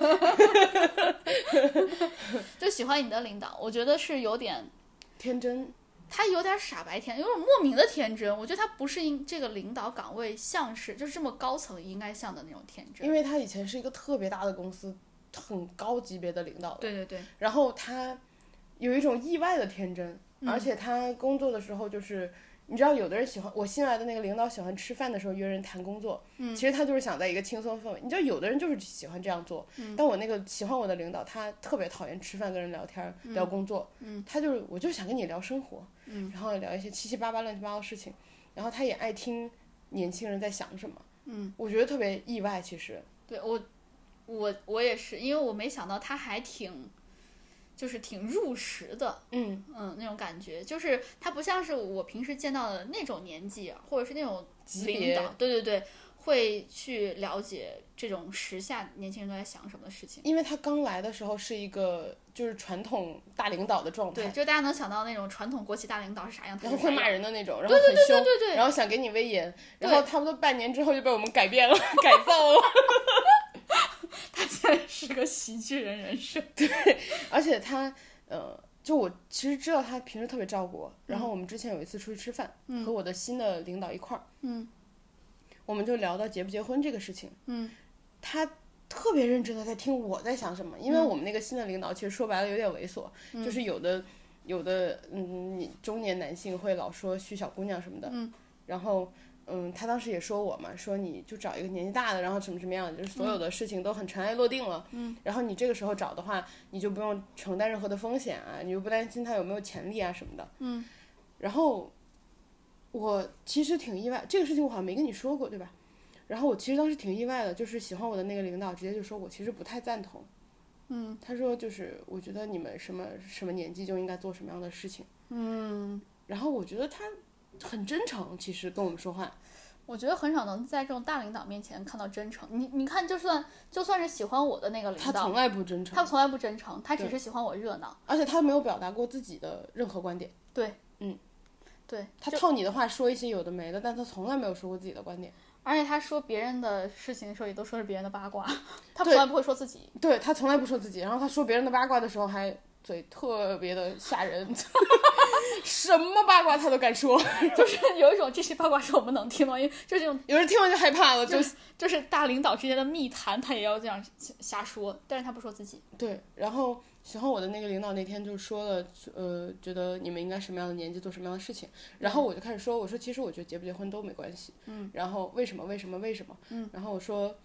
就喜欢你的领导，我觉得是有点天真， 他有点傻白甜，有种莫名的天真。我觉得他不是这个领导岗位像是就是这么高层应该像的那种天真， 因为他以前是一个特别大的公司，很高级别的领导。 对对对。 然后他有一种意外的天真，而且他工作的时候就是。你知道有的人喜欢我新来的那个领导喜欢吃饭的时候约人谈工作，其实他就是想在一个轻松氛围。你知道有的人就是喜欢这样做，但我那个喜欢我的领导他特别讨厌吃饭跟人聊天聊工作，他就是我就想跟你聊生活，然后聊一些七七八八乱七八糟的事情，然后他也爱听年轻人在想什么，我觉得特别意外。其实对我也是，因为我没想到他还就是挺入时的，那种感觉，就是他不像是我平时见到的那种年纪，或者是那种领导，对对对，会去了解这种时下年轻人都在想什么的事情。 因为他刚来的时候是一个就是传统大领导的状态， 对，就大家能想到那种传统国企大领导是啥样， 然后会骂人的那种，然后很凶， 对， 然后想给你威严，然后差不多半年之后就被我们改变了，改造了。 他现在是个喜剧人设。 对，而且他就我其实知道他平时特别照顾我，然后我们之前有一次出去吃饭，和我的新的领导一块儿，我们就聊到结不结婚这个事情，他特别认真的在听我在想什么，因为我们那个新的领导其实说白了有点猥琐，就是有的中年男性会老说虚小姑娘什么的，然后他当时也说我嘛，说你就找一个年纪大的，然后什么什么样的，就是所有的事情都很尘埃落定了，然后你这个时候找的话，你就不用承担任何的风险啊，你就不担心他有没有潜力啊什么的，然后我其实挺意外，这个事情我好像没跟你说过，对吧？然后我其实当时挺意外的，就是喜欢我的那个领导直接就说我其实不太赞同，他说就是我觉得你们什么什么年纪就应该做什么样的事情，然后我觉得他很真诚，其实跟我们说话， 我觉得很少能在这种大领导面前看到真诚。你看，就算是喜欢我的那个领导， 他从来不真诚， 他只是喜欢我热闹， 而且他没有表达过自己的任何观点。 对，对， 他套你的话说一些有的没的，但他从来没有说过自己的观点。 而且他说别人的事情的时候，也都说是别人的八卦，他从来不会说自己。 对，他从来不说自己，然后他说别人的八卦的时候还嘴特别的吓人，什么八卦他都敢说， 就是有一种这些八卦是我们能听到，因为就是这种有人听完就害怕了， 就是大领导之间的密谈，他也要这样瞎说，但是他不说自己。 对，然后喜欢我的那个领导那天就说了，觉得你们应该什么样的年纪做什么样的事情，然后我就开始说，我说其实我觉得结不结婚都没关系，然后为什么，然后我说，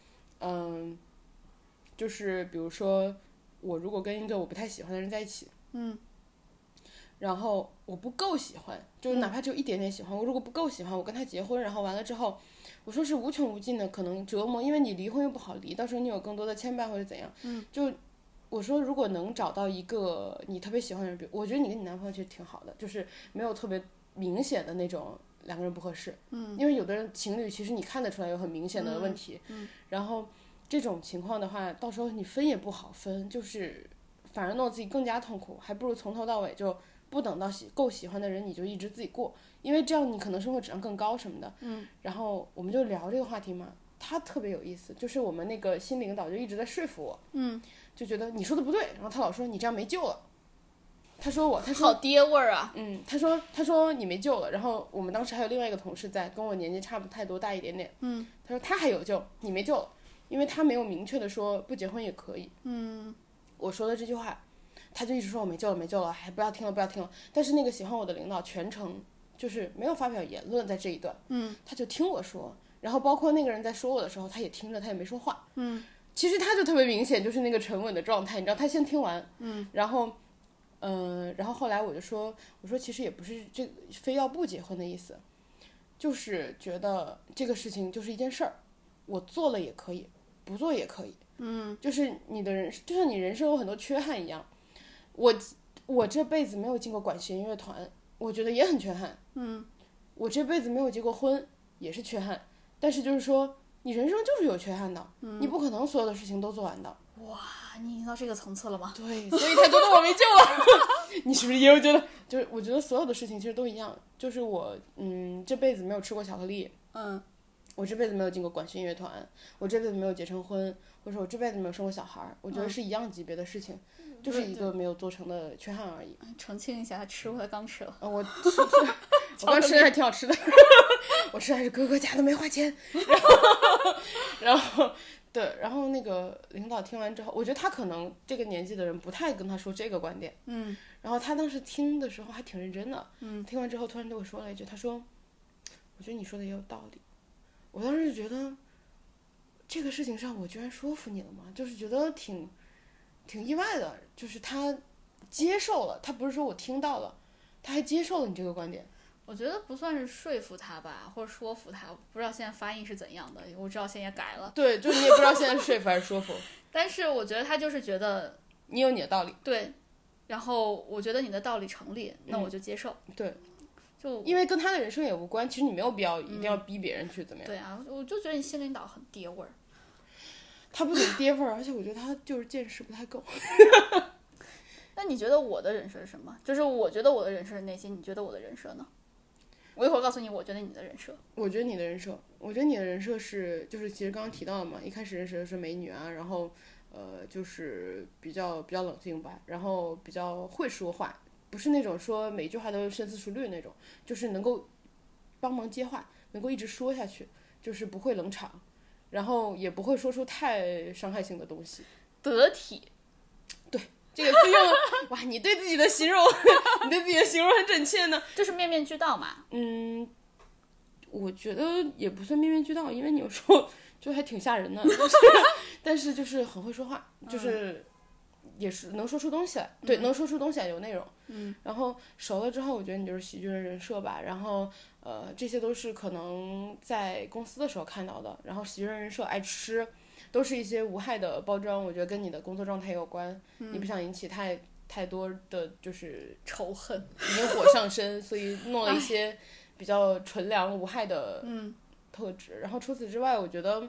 就是比如说我如果跟一个我不太喜欢的人在一起，然后我不够喜欢，就是哪怕只有一点点喜欢，我如果不够喜欢，我跟他结婚，然后完了之后，我说是无穷无尽的可能折磨，因为你离婚又不好离，到时候你有更多的牵绊或者怎样，就我说如果能找到一个你特别喜欢的人，比如我觉得你跟你男朋友其实挺好的，就是没有特别明显的那种两个人不合适，因为有的人情侣其实你看得出来有很明显的问题，然后这种情况的话，到时候你分也不好分，就是反而弄得自己更加痛苦，还不如从头到尾就不等到够喜欢的人你就一直自己过，因为这样你可能生活质量更高什么的。然后我们就聊这个话题嘛，他特别有意思，就是我们那个新领导就一直在说服我，就觉得你说的不对，然后他老说你这样没救了。他说好爹味儿啊。 他说你没救了，然后我们当时还有另外一个同事在，跟我年纪差不太多，大一点点。他说他还有救，你没救了，因为他没有明确的说不结婚也可以。我说的这句话，他就一直说我没救了，还不要听了。但是那个喜欢我的领导全程就是没有发表言论在这一段，他就听我说，然后包括那个人在说我的时候，他也听着，他也没说话。其实他就特别明显就是那个沉稳的状态，你知道，他先听完，然后后来我说其实也不是这非要不结婚的意思，就是觉得这个事情就是一件事儿，我做了也可以，不做也可以。就是你的人，就像你人生有很多缺憾一样，我这辈子没有进过管弦乐团，我觉得也很缺憾。我这辈子没有结过婚， 也是缺憾，但是就是说你人生就是有缺憾的，你不可能所有的事情都做完的。 哇，你已经到这个层次了吗？ 对，所以他觉得我没救了。你是不是也有觉得？就是我觉得所有的事情其实都一样，就是我这辈子没有吃过巧克力，我这辈子没有进过管弦乐团，我这辈子没有结成婚，或者说我这辈子没有生过小孩，我觉得是一样级别的事情，就是一个没有做成的缺憾而已。 澄清一下，他吃过，他刚吃了。 我刚吃的还挺好吃的，我吃的还是哥哥家的，没花钱。然后对，然后那个领导听完之后，我觉得他可能这个年纪的人不太跟他说这个观点，然后他当时听的时候还挺认真的，听完之后突然对我说了一句，他说：“我觉得你说的也有道理。”我当时就觉得这个事情上我居然说服你了吗？就是觉得挺意外的，就是他接受了，他不是说我听到了，他还接受了你这个观点。 我觉得不算是说服他吧，或者说服他，不知道现在发音是怎样的，我知道现在也改了。 对，就你也不知道现在是说服还是说服。 但是我觉得他就是觉得你有你的道理。 对，然后我觉得你的道理成立，那我就接受。 对。 就因为跟他的人生也无关，其实你没有必要一定要逼别人去怎么样。 对啊，我就觉得你新领导很爹味儿。 他不仅爹味儿，而且我觉得他就是见识不太够。 那你觉得我的人设是什么？就是我觉得我的人设是那些，你觉得我的人设呢？我一会儿告诉你，我觉得你的人设。 我觉得你的人设是，就是其实刚刚提到了嘛，一开始认识的是美女啊，然后就是比较冷静吧，然后比较会说话。不是那种说每一句话都深思熟虑那种，就是能够帮忙接话，能够一直说下去，就是不会冷场，然后也不会说出太伤害性的东西。 得体， 对，这个字用了，哇，你对自己的形容，你对自己的形容很准确呢。 就是面面俱到嘛。 我觉得也不算面面俱到，因为你有时候就还挺吓人的，但是就是很会说话，就是也是能说出东西来，对，能说出东西来，有内容。然后熟了之后，我觉得你就是喜剧人人设吧。然后这些都是可能在公司的时候看到的。然后喜剧人人设爱吃，都是一些无害的包装，我觉得跟你的工作状态有关。你不想引起太多的就是仇恨， 引火上身，所以弄了一些比较纯良无害的特质。然后除此之外，我觉得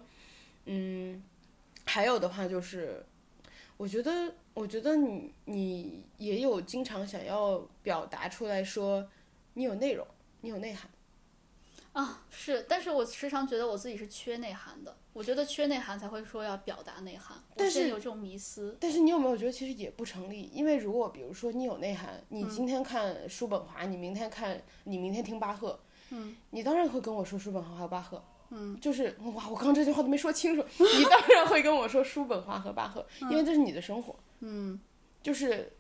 还有的话就是。我觉得你也有经常想要表达出来说，你有内容，你有内涵。 啊，是，但是我时常觉得我自己是缺内涵的。我觉得缺内涵才会说要表达内涵， 但是有这种迷思。 但是你有没有觉得其实也不成立？因为如果比如说你有内涵，你今天看叔本华，你明天听巴赫，你当然会跟我说叔本华和巴赫。就是哇，我刚这句话都没说清楚。你当然会跟我说叔本华和巴赫，因为这是你的生活，就是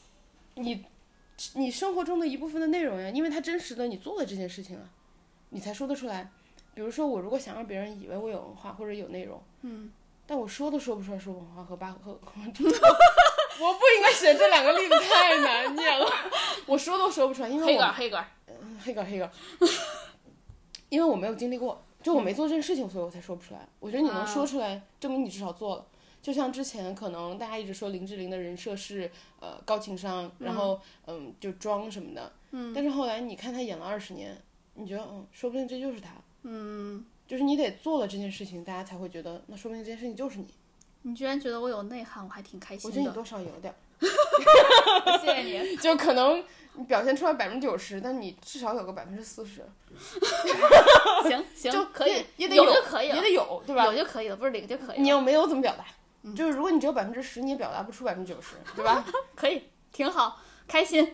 你生活中的一部分的内容呀，因为它真实的你做了这件事情啊，你才说得出来。比如说我如果想让别人以为我有文化或者有内容，但我说都说不出来叔本华和巴赫，我不应该选这两个例子，太难念了，我说都说不出来，因为黑格尔， 因为我没有经历过。就我没做这件事情，所以我才说不出来。我觉得你能说出来，证明你至少做了。就像之前可能大家一直说林志玲的人设是高情商，然后就装什么的，但是后来你看她演了20年，你觉得说不定这就是她。就是你得做了这件事情，大家才会觉得那说不定这件事情就是你。 你居然觉得我有内涵，我还挺开心的。 我觉得你多少有点。 谢谢你。 就可能你表现出来90%，但你至少有个40%。 行， 就可以， 也得有就可以了， 也得有，对吧？ 有就可以了，不是0就可以了。 你要没有怎么表达？就是如果你只有10%，你也表达不出90%，对吧？ 可以，挺好，开心。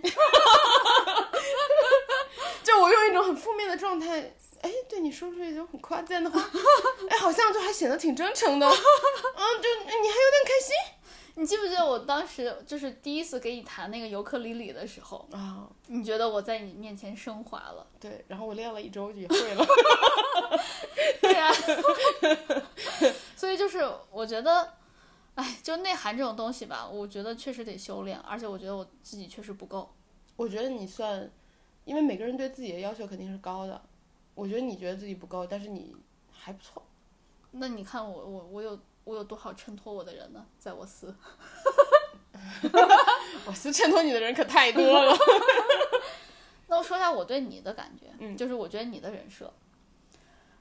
就我用一种很负面的状态，对你说出一种很夸赞的话，好像就还显得挺真诚的，就你还有点开心。 你记不记得我当时就是第一次给你弹那个尤克里里的时候啊？ 你觉得我在你面前升华了？ 对，然后我练了1周也会了。 对啊。所以就是我觉得，就内涵这种东西吧，我觉得确实得修炼，而且我觉得我自己确实不够。 我觉得你算，因为每个人对自己的要求肯定是高的，我觉得你觉得自己不够，但是你还不错。 那你看我有多少衬托我的人呢？在我司。 我司衬托你的人可太多了。 那我说一下我对你的感觉，就是我觉得你的人设，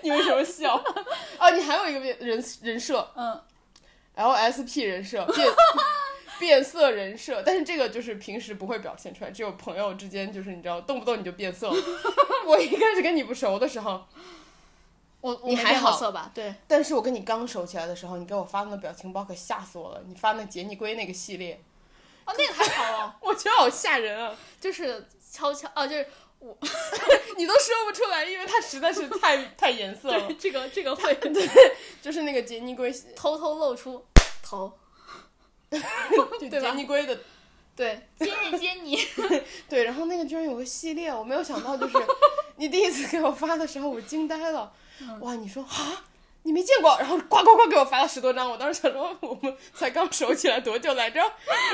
你为什么笑？啊，你还有一个人设，LSP 人设，变色人设，但是这个就是平时不会表现出来，只有朋友之间，就是你知道，动不动你就变色了。我一开始跟你不熟的时候，你还好色吧？对。 但是我跟你刚熟起来的时候，你给我发那表情包可吓死我了，你发那杰尼龟那个系列。 哦，那个还好哦。 我觉得好吓人啊！ 就是悄悄就是我， 你都说不出来，因为它实在是太颜色了。 这个会， 对，就是那个杰尼龟偷偷露出头。 就杰尼龟的， 对，接你， 对，然后那个居然有个系列，我没有想到，就是你第一次给我发的时候，我惊呆了，哇，你说啊，你没见过，然后呱呱呱给我发了10多张，我当时想说，我们才刚熟起来多久来着？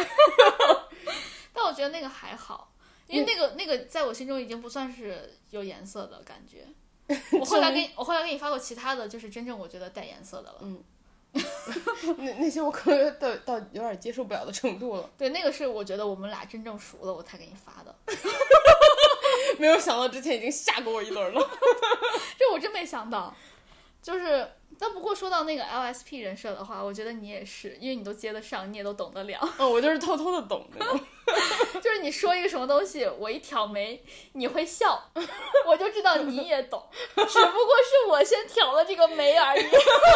但我觉得那个还好，因为那个在我心中已经不算是有颜色的感觉。我后来给你发过其他的，就是真正我觉得带颜色的了。 那些我可能到有点接受不了的程度了。 对，那个是我觉得我们俩真正熟了我才给你发的。 没有想到之前已经吓过我一轮了。 这我真没想到。就是但不过说到那个 LSP 人设的话，我觉得你也是，因为你都接得上，你也都懂得了。 我就是偷偷的懂那种。 就是你说一个什么东西，我一挑眉你会笑，我就知道你也懂，只不过是我先挑了这个眉而已。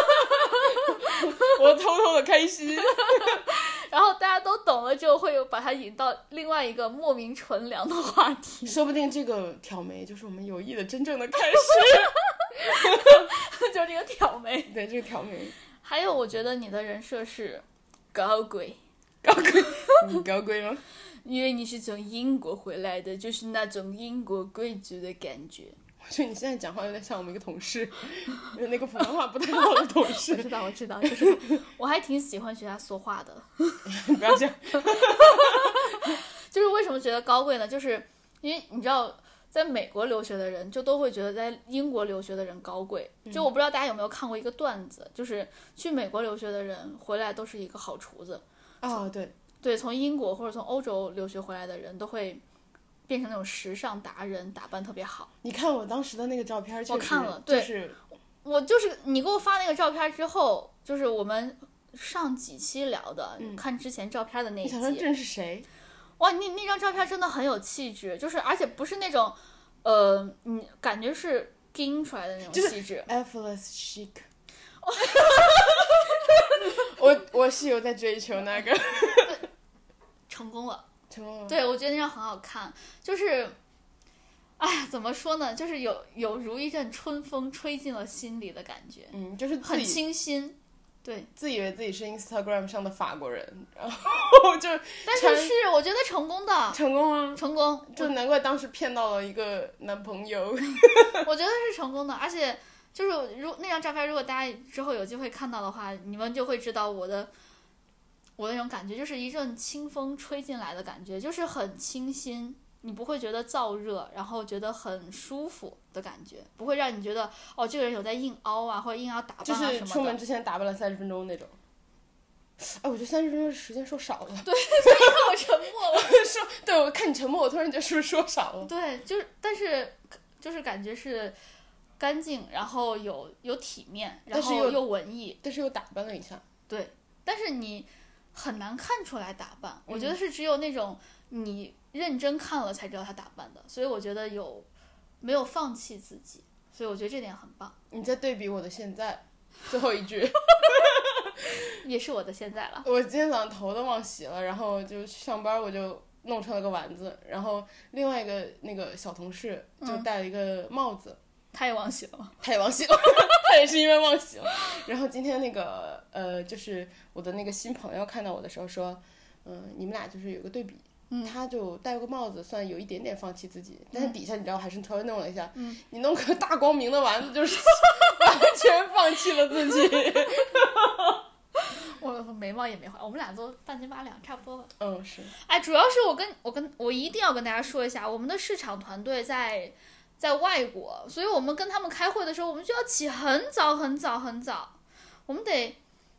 我偷偷的开心。 然后大家都懂了之后，会把它引到另外一个莫名纯良的话题。 说不定这个挑眉就是我们友谊的真正的开始。 就这个挑眉。 对，这个挑眉。 还有我觉得你的人设是高贵。 高贵？你高贵吗？ 因为你是从英国回来的，就是那种英国贵族的感觉。 我觉得你现在讲话有点像我们一个同事，那个普通话不太好的同事。 我知道，就是我还挺喜欢学他说话的。 不要这样。 就是为什么觉得高贵呢？就是因为你知道，在美国留学的人就都会觉得在英国留学的人高贵。就我不知道大家有没有看过一个段子，就是去美国留学的人回来都是一个好厨子。对，从英国或者从欧洲留学回来的人都会变成那种时尚达人，打扮特别好。 你看我当时的那个照片， 我看了，对，我就是你给我发那个照片之后，就是我们上几期聊的，看之前照片的那一集。 你想说这是谁？ 哇，那张照片真的很有气质，就是而且不是那种，你感觉是盯出来的那种气质。 effortless chic。我是有在追求那个。 成功了。 成对，我觉得那张很好看，就是，哎，怎么说呢，就是有如一阵春风吹进了心里的感觉， 就是很清新，对， 自以为自己是 Instagram 上的法国人，然后就， 但是我觉得成功的， 成功吗？ 成功， 就难怪当时骗到了一个男朋友。 我觉得是成功的，而且就是那张照片，如果大家之后有机会看到的话，你们就会知道我那种感觉，就是一阵清风吹进来的感觉，就是很清新，你不会觉得燥热，然后觉得很舒服的感觉，不会让你觉得哦，这个人有在硬凹啊，或者硬要打扮啊什么的。 就是出门之前打扮了30分钟那种。哎，我觉得30分钟时间说少了。 对，所以看我沉默了。 对，我看你沉默，我突然觉得是不是说少了？ 对，但是就是感觉是干净，然后有体面，然后又文艺， 但是又打扮了一下。 对，但是你很难看出来打扮，我觉得是只有那种你认真看了才知道他打扮的，所以我觉得没有放弃自己，所以我觉得这点很棒。 你在对比我的现在，最后一句也是我的现在了。 我今天早上头都忘洗了，然后就上班我就弄成了个丸子，然后另外一个那个小同事就戴了一个帽子。 他也忘洗了吗？ 他也忘洗了。他也是因为忘洗了。然后今天那个就是我的那个新朋友看到我的时候说，你们俩就是有个对比，他就戴个帽子算有一点点放弃自己，但是底下你知道还是稍微弄了一下，你弄个大光明的丸子就是完全放弃了自己。 我眉毛也没画，我们俩都半斤8两，差不多吧。 是。 哎，主要是我一定要跟大家说一下，我们的市场团队在外国，所以我们跟他们开会的时候，我们就要起很早很早很早，我们得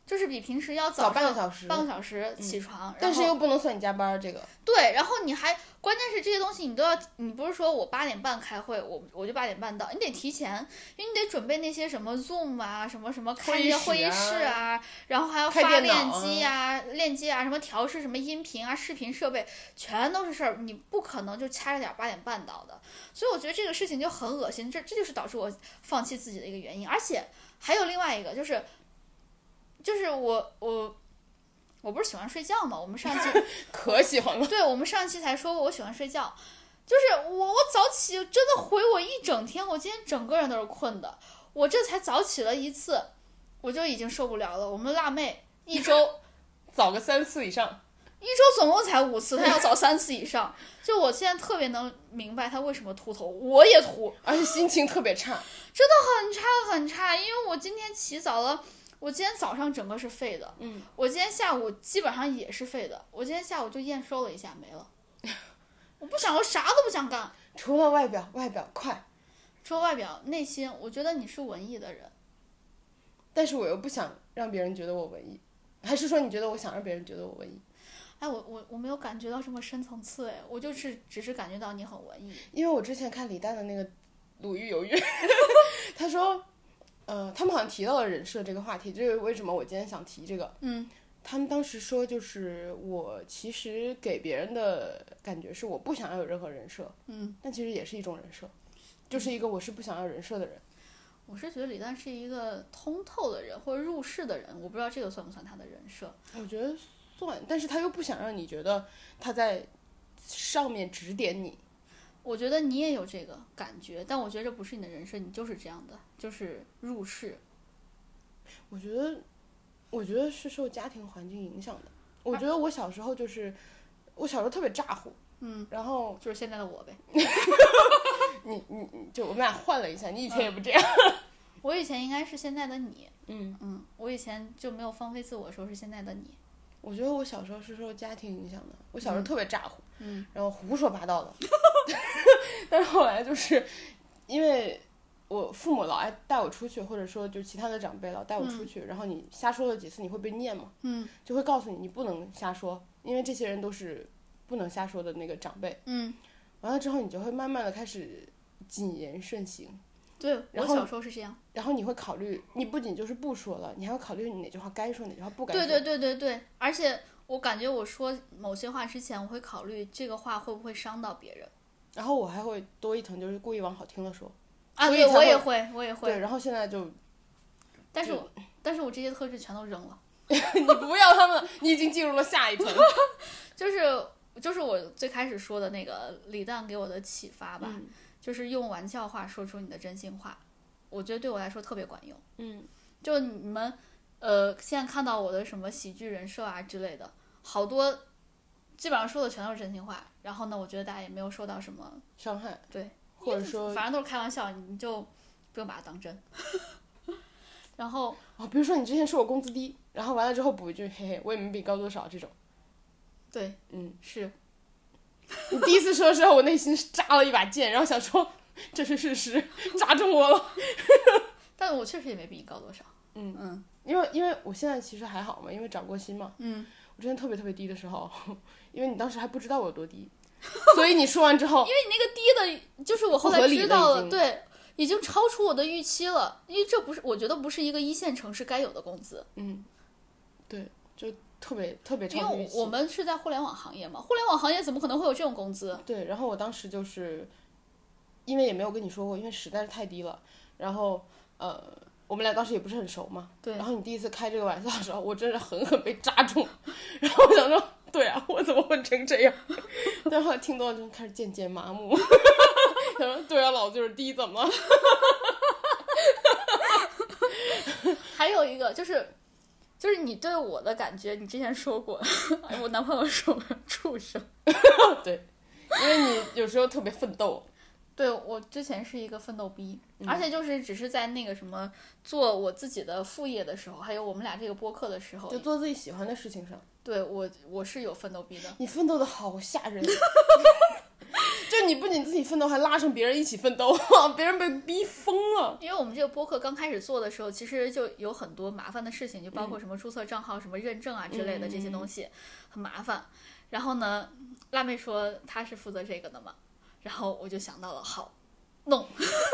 就是比平时要早半个小时起床， 但是又不能算你加班这个。 对，然后你还关键是这些东西你都要，你不是说我8点半开会，我就8点半到，你得提前，因为你得准备那些什么 Zoom 啊，什么开那些会议室啊，然后还要发链接啊，什么调试什么音频啊、视频设备，全都是事儿，你不可能就掐着点8点半到的，所以我觉得这个事情就很恶心，这就是导致我放弃自己的一个原因，而且还有另外一个就是我不是喜欢睡觉吗？我们上期可喜欢了。 对，我们上期才说过我喜欢睡觉，就是我早起真的回我一整天，我今天整个人都是困的。我这才早起了一次，我就已经受不了了。我们辣妹一周早个3次以上， 一周总共才5次，她要早3次以上。就我现在特别能明白她为什么秃头，我也秃， 而且心情特别差， 真的很差很差。因为我今天起早了。我今天早上整个是废的，我今天下午基本上也是废的，我今天下午就验收了一下没了，我不想，我啥都不想干， 除了外表快， 除了外表，内心我觉得你是文艺的人， 但是我又不想让别人觉得我文艺，还是说你觉得我想让别人觉得我文艺？ 哎，我没有感觉到这么深层次，哎，我只是感觉到你很文艺， 因为我之前看李诞的那个《鲁豫有约》他说。他们好像提到了人设这个话题，这是为什么我今天想提这个。他们当时说，就是我其实给别人的感觉是我不想要有任何人设，但其实也是一种人设，就是一个我是不想要人设的人。 我是觉得李诞是一个通透的人或者入世的人，我不知道这个算不算他的人设。 我觉得算，但是他又不想让你觉得他在上面指点你。 我觉得你也有这个感觉，但我觉得这不是你的人设，你就是这样的，就是入世。 我觉得是受家庭环境影响的。我觉得我小时候我小时候特别咋呼，然后就是现在的我呗。 你就我们俩换了一下，你以前也不这样。 我以前应该是现在的你。我以前就没有放飞自我的时候是现在的你。 我觉得我小时候是受家庭影响的，我小时候特别咋呼，然后胡说八道的。但是后来就是因为我父母老爱带我出去，或者说就其他的长辈老带我出去，然后你瞎说了几次你会被念嘛，就会告诉你不能瞎说，因为这些人都是不能瞎说的那个长辈。完了之后你就会慢慢的开始谨言慎行。 对，我小时候是这样。 然后你会考虑，你不仅就是不说了，你还要考虑你哪句话该说，哪句话不该说。 对，而且我感觉我说某些话之前，我会考虑这个话会不会伤到别人。 然后我还会多一层，就是故意往好听的说。 啊，对，我也会。 对，然后现在就， 但是我这些特质全都扔了。 你不要他们，你已经进入了下一层。 就是我最开始说的那个李诞给我的启发吧，就是用玩笑话说出你的真心话，我觉得对我来说特别管用。就你们现在看到我的什么喜剧人设啊之类的，好多基本上说的全都是真心话，然后呢，我觉得大家也没有受到什么伤害， 对， 或者说反正都是开玩笑，你就不用把它当真。然后比如说你之前说我工资低，然后完了之后补一句嘿嘿，我也没比高多少这种。 对，是。 你第一次说的时候，我内心扎了一把剑，然后想说这是事实，扎中我了。 但我确实也没比你高多少。 因为我现在其实还好嘛，因为涨过薪嘛。我之前特别特别低的时候，因为你当时还不知道我有多低，所以你说完之后， 因为你那个低的，就是我后来知道了，对，已经超出我的预期了，因为这不是，我觉得不是一个一线城市该有的工资。 对，就特别特别超出预期。因为我们是在互联网行业嘛，互联网行业怎么可能会有这种工资？ 对，然后我当时就是因为也没有跟你说过，因为实在是太低了，然后我们俩当时也不是很熟嘛， 对。 然后你第一次开这个玩笑的时候，我真是狠狠被扎中，然后我想说，对啊，我怎么混成这样？但后来听多了就开始渐渐麻木。他说，对啊，老子就是低，怎么了？ 还有一个就是你对我的感觉，你之前说过，我男朋友说我畜生。 对，因为你有时候特别奋斗。 对，我之前是一个奋斗逼，而且就是只是在那个什么做我自己的副业的时候，还有我们俩这个播客的时候， 就做自己喜欢的事情上。 对，我是有奋斗逼的。 你奋斗的好吓人。就你不仅自己奋斗，还拉上别人一起奋斗，别人被逼疯了。 因为我们这个播客刚开始做的时候，其实就有很多麻烦的事情，就包括什么注册账号、什么认证啊之类的这些东西，很麻烦。然后呢，辣妹说她是负责这个的嘛，然后我就想到了，好，弄。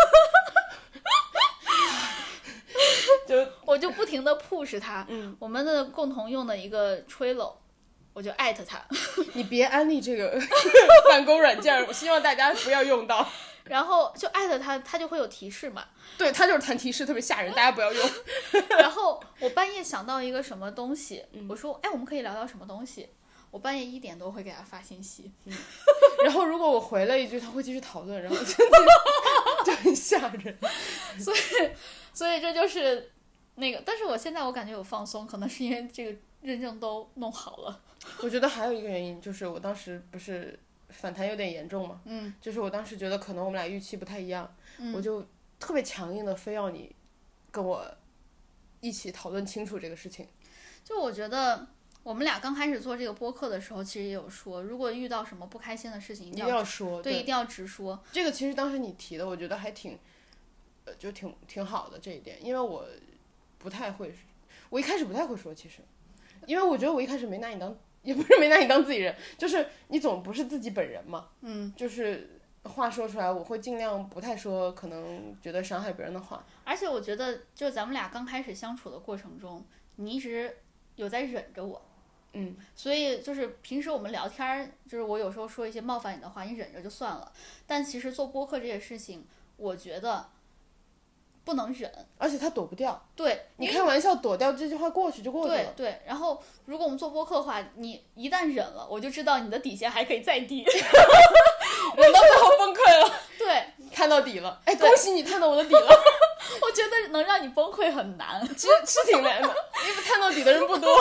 我就不停的 push 他，我们的共同用的一个 Trello， 我就艾特他。 你别安利这个办公软件，我希望大家不要用到。 然后就艾特他，他就会有提示嘛。 对，他就是弹提示，特别吓人，大家不要用。 然后我半夜想到一个什么东西，我说，哎，我们可以聊聊什么东西？我半夜1点多会给他发信息， 然后如果我回了一句，他会继续讨论，然后就很吓人。 所以这就是那个，但是我现在我感觉有放松，可能是因为这个认证都弄好了。 我觉得还有一个原因就是我当时不是反弹有点严重嘛，就是我当时觉得可能我们俩预期不太一样，我就特别强硬的非要你跟我一起讨论清楚这个事情。 就我觉得我们俩刚开始做这个播客的时候，其实也有说，如果遇到什么不开心的事情，一定要说， 对，一定要直说。 这个其实当时你提的，我觉得还挺好的这一点，因为我不太会，我一开始不太会说，其实，因为我觉得我一开始没拿你当，也不是没拿你当自己人，就是你总不是自己本人嘛，就是话说出来，我会尽量不太说可能觉得伤害别人的话。 而且我觉得，就咱们俩刚开始相处的过程中，你一直有在忍着我。所以就是平时我们聊天，就是我有时候说一些冒犯你的话，你忍着就算了。但其实做播客这件事情，我觉得不能忍， 而且他躲不掉。 对， 你开玩笑躲掉这句话过去就过去了。 对。然后如果我们做播客的话，你一旦忍了，我就知道你的底线还可以再低， 忍到最后崩溃了。 对， 探到底了。哎，恭喜你探到我的底了。 我觉得能让你崩溃很难， 其实是挺难的，因为探到底的人不多。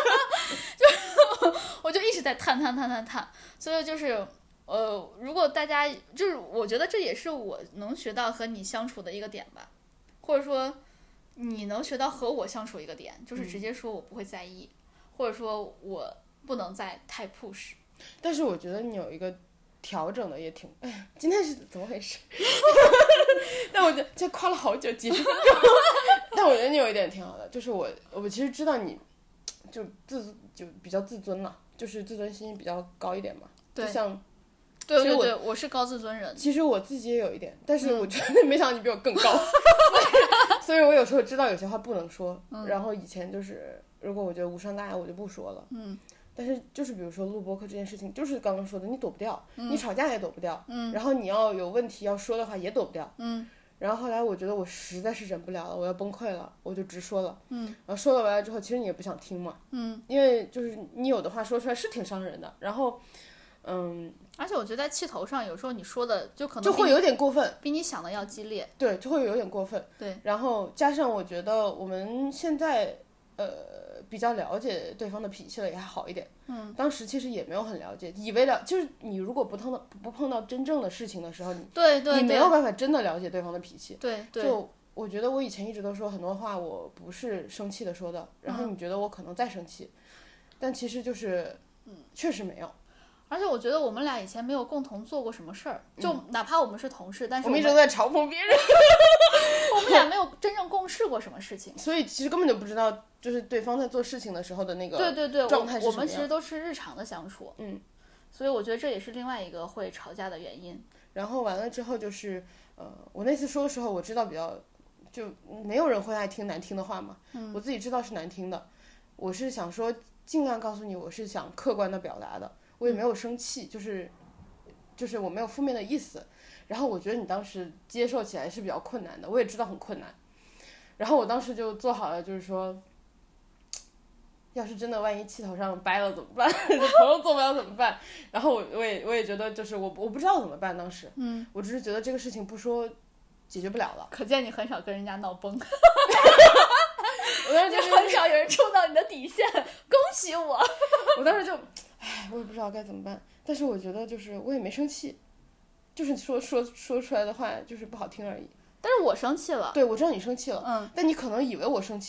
我就一直在探，所以就是如果大家就是我觉得这也是我能学到和你相处的一个点吧，或者说你能学到和我相处一个点，就是直接说我不会在意，或者说我不能再太 push。 但是我觉得你有一个调整的也挺，哎呀，今天是怎么回事？但我觉得这夸了好久，几十分钟。但我觉得你有一点挺好的，就是我其实知道你就比较自尊了，就是自尊心比较高一点嘛。 对， 就像对，我是高自尊人。 其实我自己也有一点，但是我真的没想到你比我更高。所以我有时候知道有些话不能说，然后以前就是如果我觉得无伤大雅，我就不说了。但是就是比如说录播客这件事情，就是刚刚说的，你躲不掉，你吵架也躲不掉，然后你要有问题要说的话也躲不掉，然后后来我觉得我实在是忍不了了，我要崩溃了，我就直说了，然后说了完了之后，其实你也不想听嘛，因为就是你有的话说出来是挺伤人的，然后， 而且我觉得在气头上，有时候你说的就可能就会有点过分， 比你想的要激烈， 对，就会有点过分， 对， 然后加上我觉得我们现在比较了解对方的脾气了，也还好一点。当时其实也没有很了解，以为就是你如果不碰到真正的事情的时候，你没有办法真的了解对方的脾气。 对。 就我觉得我以前一直都说很多话我不是生气的说的，然后你觉得我可能在生气，但其实就是确实没有。 而且我觉得我们俩以前没有共同做过什么事儿，就哪怕我们是同事，但是我们一直都在嘲讽别人。 我们俩没有真正共事过什么事情， 所以其实根本就不知道，就是对方在做事情的时候的那个状态是什么样。 我们其实都是日常的相处，所以我觉得这也是另外一个会吵架的原因。 然后完了之后就是我那次说的时候，我知道比较就没有人会爱听难听的话嘛，我自己知道是难听的，我是想说尽量告诉你我是想客观的表达的，我也没有生气，就是我没有负面的意思。然后我觉得你当时接受起来是比较困难的，我也知道很困难。然后我当时就做好了，就是说，要是真的万一气头上掰了怎么办？朋友做不了怎么办？然后我也觉得就是我不知道怎么办，当时，我只是觉得这个事情不说解决不了了。 可见你很少跟人家闹崩。 我当时就很少有人触到你的底线，恭喜我。 我当时就，我也不知道该怎么办，但是我觉得就是我也没生气。就是说出来的话就是不好听而已， 但是我生气了。 对，我知道你生气了，但你可能以为我生气了，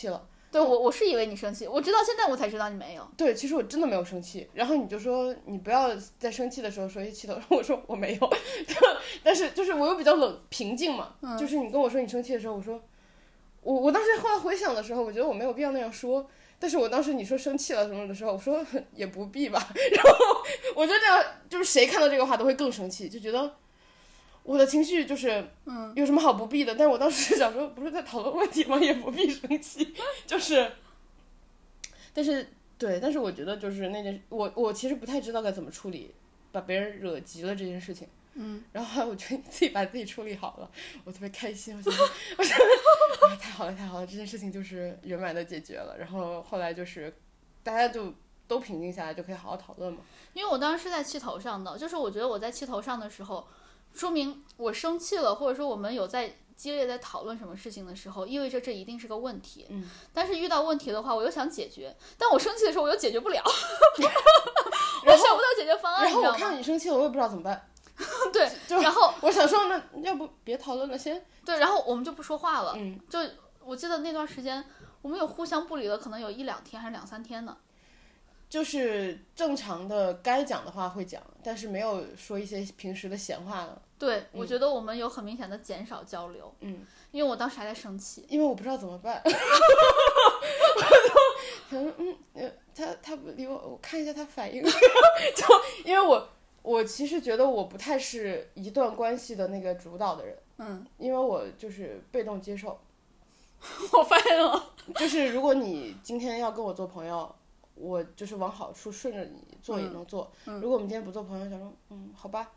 对，我是以为你生气，我直到现在我才知道你没有。 对，其实我真的没有生气。然后你就说你不要在生气的时候说一气头，我说我没有。但是就是我又比较平静嘛，就是你跟我说你生气的时候，我说我当时后来回想的时候，我觉得我没有必要那样说。但是我当时你说生气了什么的时候，我说也不必吧。然后我觉得这样就是谁看到这个话都会更生气，就觉得我的情绪就是有什么好不必的。但我当时想说，不是在讨论问题吗？也不必生气，就是。但是我觉得就是那件我其实不太知道该怎么处理把别人惹急了这件事情。然后后来我觉得你自己把自己处理好了，我特别开心。我觉得太好了太好了，这件事情就是圆满的解决了。然后后来就是大家就都平静下来，就可以好好讨论嘛。 因为我当时是在气头上的，就是我觉得我在气头上的时候，说明我生气了，或者说我们有在激烈在讨论什么事情的时候，意味着这一定是个问题。但是遇到问题的话，我又想解决，但我生气的时候我又解决不了，我想不到解决方案。 然后我看到你生气了，我也不知道怎么办。 对，然后我想说，那要不别讨论了，先。 对，然后我们就不说话了。就我记得那段时间，我们有互相不理了，可能有1-2天还是2-3天呢。 就是正常的该讲的话会讲，但是没有说一些平时的闲话了。 对，我觉得我们有很明显的减少交流。因为我当时还在生气， 因为我不知道怎么办。我就他不理我，我看一下他反应。就因为我其实觉得我不太是一段关系的那个主导的人。因为我就是被动接受。 我发现了， 就是如果你今天要跟我做朋友，我就是往好处顺着你做也能做。如果我们今天不做朋友，想说好吧，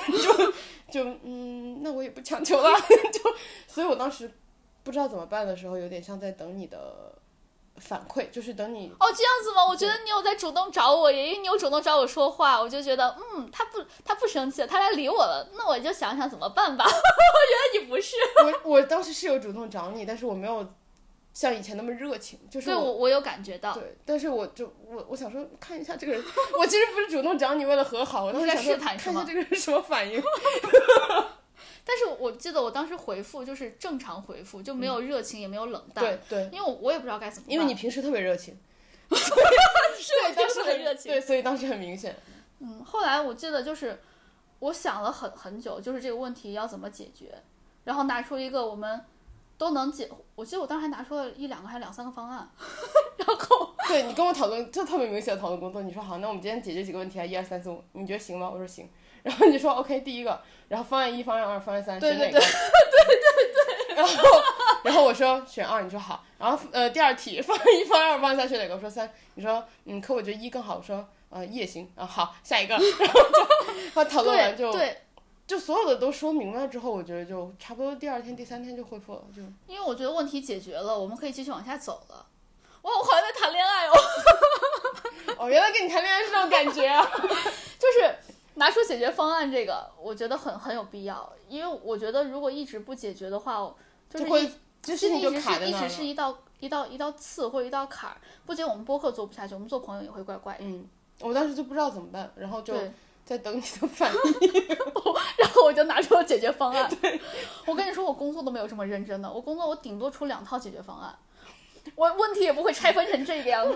那我也不强求了。所以我当时不知道怎么办的时候，有点像在等你的反馈，就是等你。 哦，这样子吗？我觉得你有在主动找我，也因为你有主动找我说话，我就觉得他不生气了，他来理我了，那我就想想怎么办吧。我觉得你不是。 我当时是有主动找你，但是我没有像以前那么热情，就是对我有感觉到。 对，但是我想说看一下这个人，我其实不是主动找你为了和好，我当时想说看一下这个人什么反应。 但是我记得我当时回复就是正常回复，就没有热情也没有冷淡。 对， 因为我也不知道该怎么办。 因为你平时特别热情。 是我平时很热情。 对，所以当时很明显。 后来我记得就是我想了很久，就是这个问题要怎么解决，然后拿出一个我们都能解。我记得我当时还拿出了1-2个还是2-3个方案。然后对你跟我讨论就特别明显的讨论工作，你说好，那我们今天解决几个问题啊，1、2、3、4、5，你觉得行吗？我说行。然后你说 OK， 第一个，然后方案1、方案2、方案3，选哪个？对。然后我说选2，你说好。然后第二题，方案1、方案2、方案3选哪个？我说3。你说可我觉得1更好。我说1也行。好，下一个。然后讨论完就所有的都说明了之后，我觉得就差不多第2天、第3天就恢复了。就因为我觉得问题解决了，我们可以继续往下走了。哇，我好像在谈恋爱哦。 原来跟你谈恋爱是这种感觉啊。 就是拿出解决方案这个，我觉得很有必要，因为我觉得如果一直不解决的话，就是一直是一道刺或者一道坎儿。不仅我们播客做不下去，我们做朋友也会怪怪的。 我当时就不知道怎么办，然后就在等你的反应。 然后我就拿出了解决方案。对，我跟你说，我工作都没有这么认真的，我工作我顶多出2套解决方案，我问题也不会拆分成这个样子。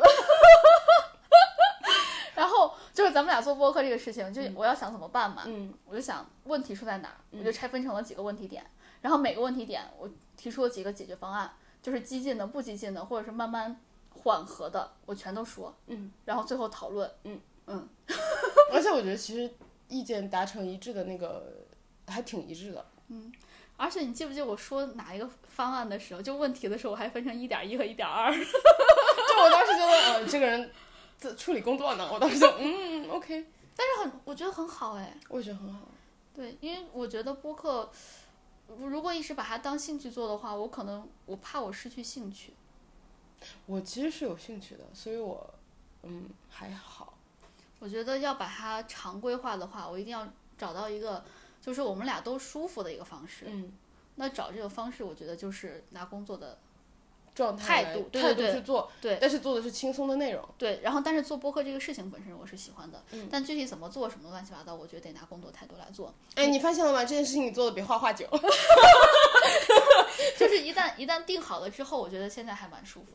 然后就是咱们俩做播客这个事情，就我要想怎么办嘛。我就想问题出在哪儿，我就拆分成了几个问题点，然后每个问题点我提出了几个解决方案，就是激进的、不激进的，或者是慢慢缓和的，我全都说。然后最后讨论。 而且我觉得其实意见达成一致的那个还挺一致的。 而且你记不记得我说哪一个方案的时候，就问题的时候我还分成1.1和1.2。 就我当时觉得这个人处理工作呢，我当时就OK。 但是我觉得很好哎。 我也觉得很好。 对，因为我觉得播客如果一直把它当兴趣做的话，我怕我失去兴趣。 我其实是有兴趣的，所以我还好。 我觉得要把它常规化的话，我一定要找到一个就是我们俩都舒服的一个方式。那找这个方式，我觉得就是拿工作的状态态度去做。 对， 但是做的是轻松的内容。 对，然后但是做播客这个事情本身我是喜欢的。但具体怎么做什么乱七八糟，我觉得得拿工作态度来做。 你发现了吗？这件事情你做的比画画久。 就是一旦定好了之后，我觉得现在还蛮舒服的。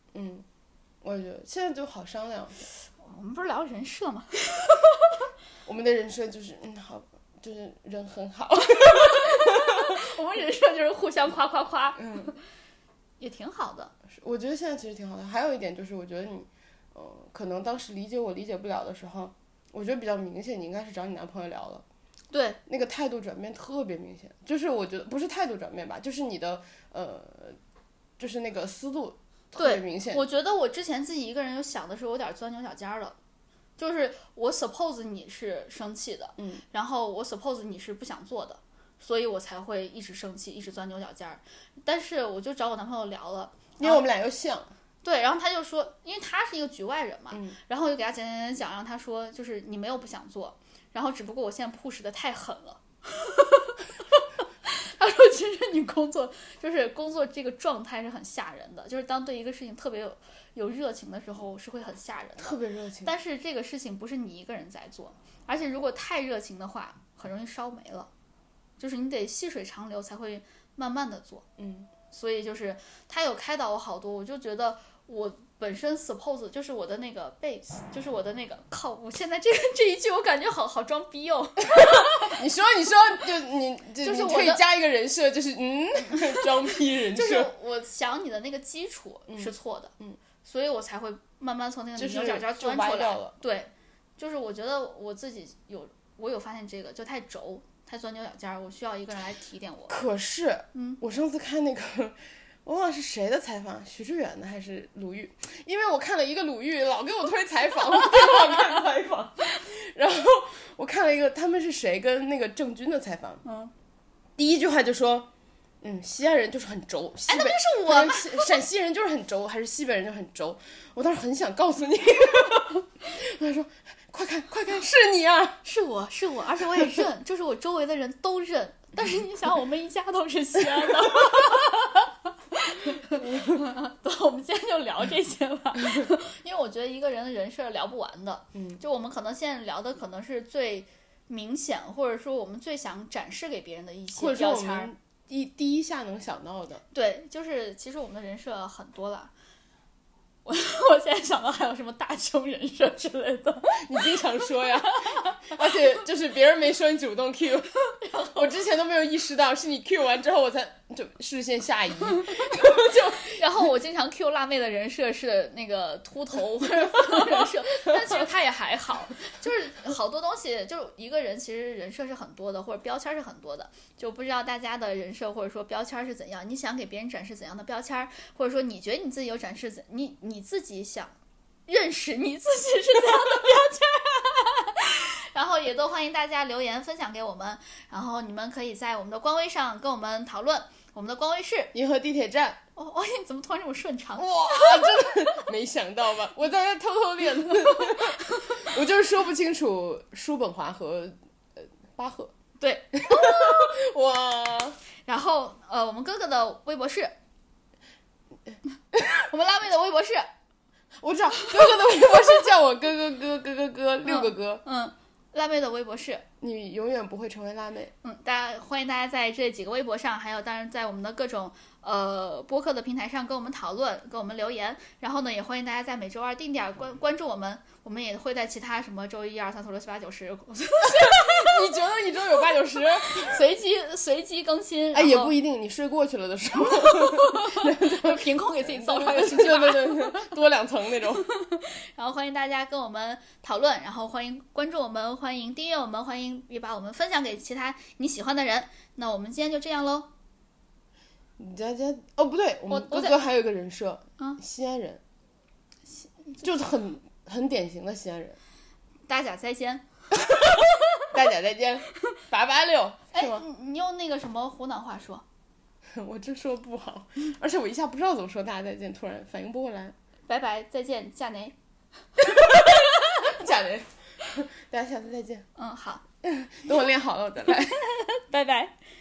我也觉得现在就好商量。 我们不是聊人设吗？ 我们的人设就是好，就是人很好。 我们人设就是互相夸夸夸，也挺好的。 我觉得现在其实挺好的。还有一点就是，我觉得你，可能当时理解不了的时候，我觉得比较明显，你应该是找你男朋友聊了。 对， 那个态度转变特别明显，就是我觉得不是态度转变吧，就是你的就是那个思路特别明显。 我觉得我之前自己一个人有想的时候有点钻牛角尖了，就是我 suppose 你是生气的，然后我 suppose 你是不想做的，所以我才会一直生气，一直钻牛角尖儿。但是我就找我男朋友聊了， 因为我们俩又像。 对，然后他就说，因为他是一个局外人嘛，然后我就给他讲，让他说就是你没有不想做，然后只不过我现在 push 的太狠了。他说其实你工作这个状态是很吓人的，就是当对一个事情特别有热情的时候是会很吓人的， 特别热情。 但是这个事情不是你一个人在做，而且如果太热情的话很容易烧没了，就是你得细水长流才会慢慢的做。所以就是他有开导我好多，我就觉得我本身 suppose 就是我的那个 base， 就是我的那个靠，我现在这一句我感觉好装逼哦。 你说就是我可以加一个人设，就是装逼人设。 就是我想你的那个基础是错的，所以我才会慢慢从那个牛角尖钻出来。对，就是我觉得我自己有发现这个就太轴。太钻牛角尖，我需要一个人来提点我。可是，我上次看那个，我忘了是谁的采访，徐志远的还是鲁豫？因为我看了一个鲁豫老给我推采访，我不看采访。然后我看了一个，他们是谁跟那个郑钧的采访？第一句话就说，西安人就是很轴， 那不就是我吗？ 陕西人就是很轴，还是西北人就很轴？我当时很想告诉你，他说。快看，是你啊！ 是我，而且我也认，就是我周围的人都认。但是你想，我们一家都是西安的。我们今天就聊这些吧，因为我觉得一个人的人设聊不完的。就我们可能现在聊的可能是最明显，或者说我们最想展示给别人的一些标签， 第一下能想到的。 对，就是其实我们的人设很多了。我现在想到还有什么大胸人设之类的， 你经常说呀，而且就是别人没说你主动 Q， 我之前都没有意识到，是你 Q 完之后我才就视线下移， 然后我经常 Q 辣妹的人设是那个秃头或者人设，但其实他也还好，就是好多东西，就一个人其实人设是很多的，或者标签是很多的，就不知道大家的人设或者说标签是怎样，你想给别人展示怎样的标签，或者说你觉得你自己有展示你自己想认识你自己是怎样的标签然后也都欢迎大家留言分享给我们，然后你们可以在我们的官微上跟我们讨论，我们的官微是银河地铁站。 你怎么突然这么顺畅？ 哇，真的没想到吧？我在那偷偷练我就是说不清楚叔本华和巴赫。 对哇， 然后我们哥哥的微博是我们辣妹的微博是我知道哥哥的微博是叫我哥六个哥。 辣妹的微博是你永远不会成为辣妹。 欢迎大家在这几个微博上，还有当然在我们的各种播客的平台上跟我们讨论，跟我们留言。然后呢，也欢迎大家在每周二定点关注我们，我们也会在其他什么周1、2、3、4、5、6、7、8、9、10 你觉得一周有8、9、 10随机更新？ 也不一定，你睡过去了的时候凭空给自己造出来一个星期对，多2层那种。 然后欢迎大家跟我们讨论，然后欢迎关注我们，欢迎订阅我们，欢迎也把我们分享给其他你喜欢的人。那我们今天就这样喽。 不对，我们哥哥还有一个人设，西安人，就是很典型的西安人。 大家再见。 大家再见，886。 你用那个什么湖南话说？ 我真说不好，而且我一下不知道怎么说大家再见，突然反应不过来。 拜拜，再见，贾雷。 贾雷，大家下次再见。 好。 等我练好了我再来。 拜拜。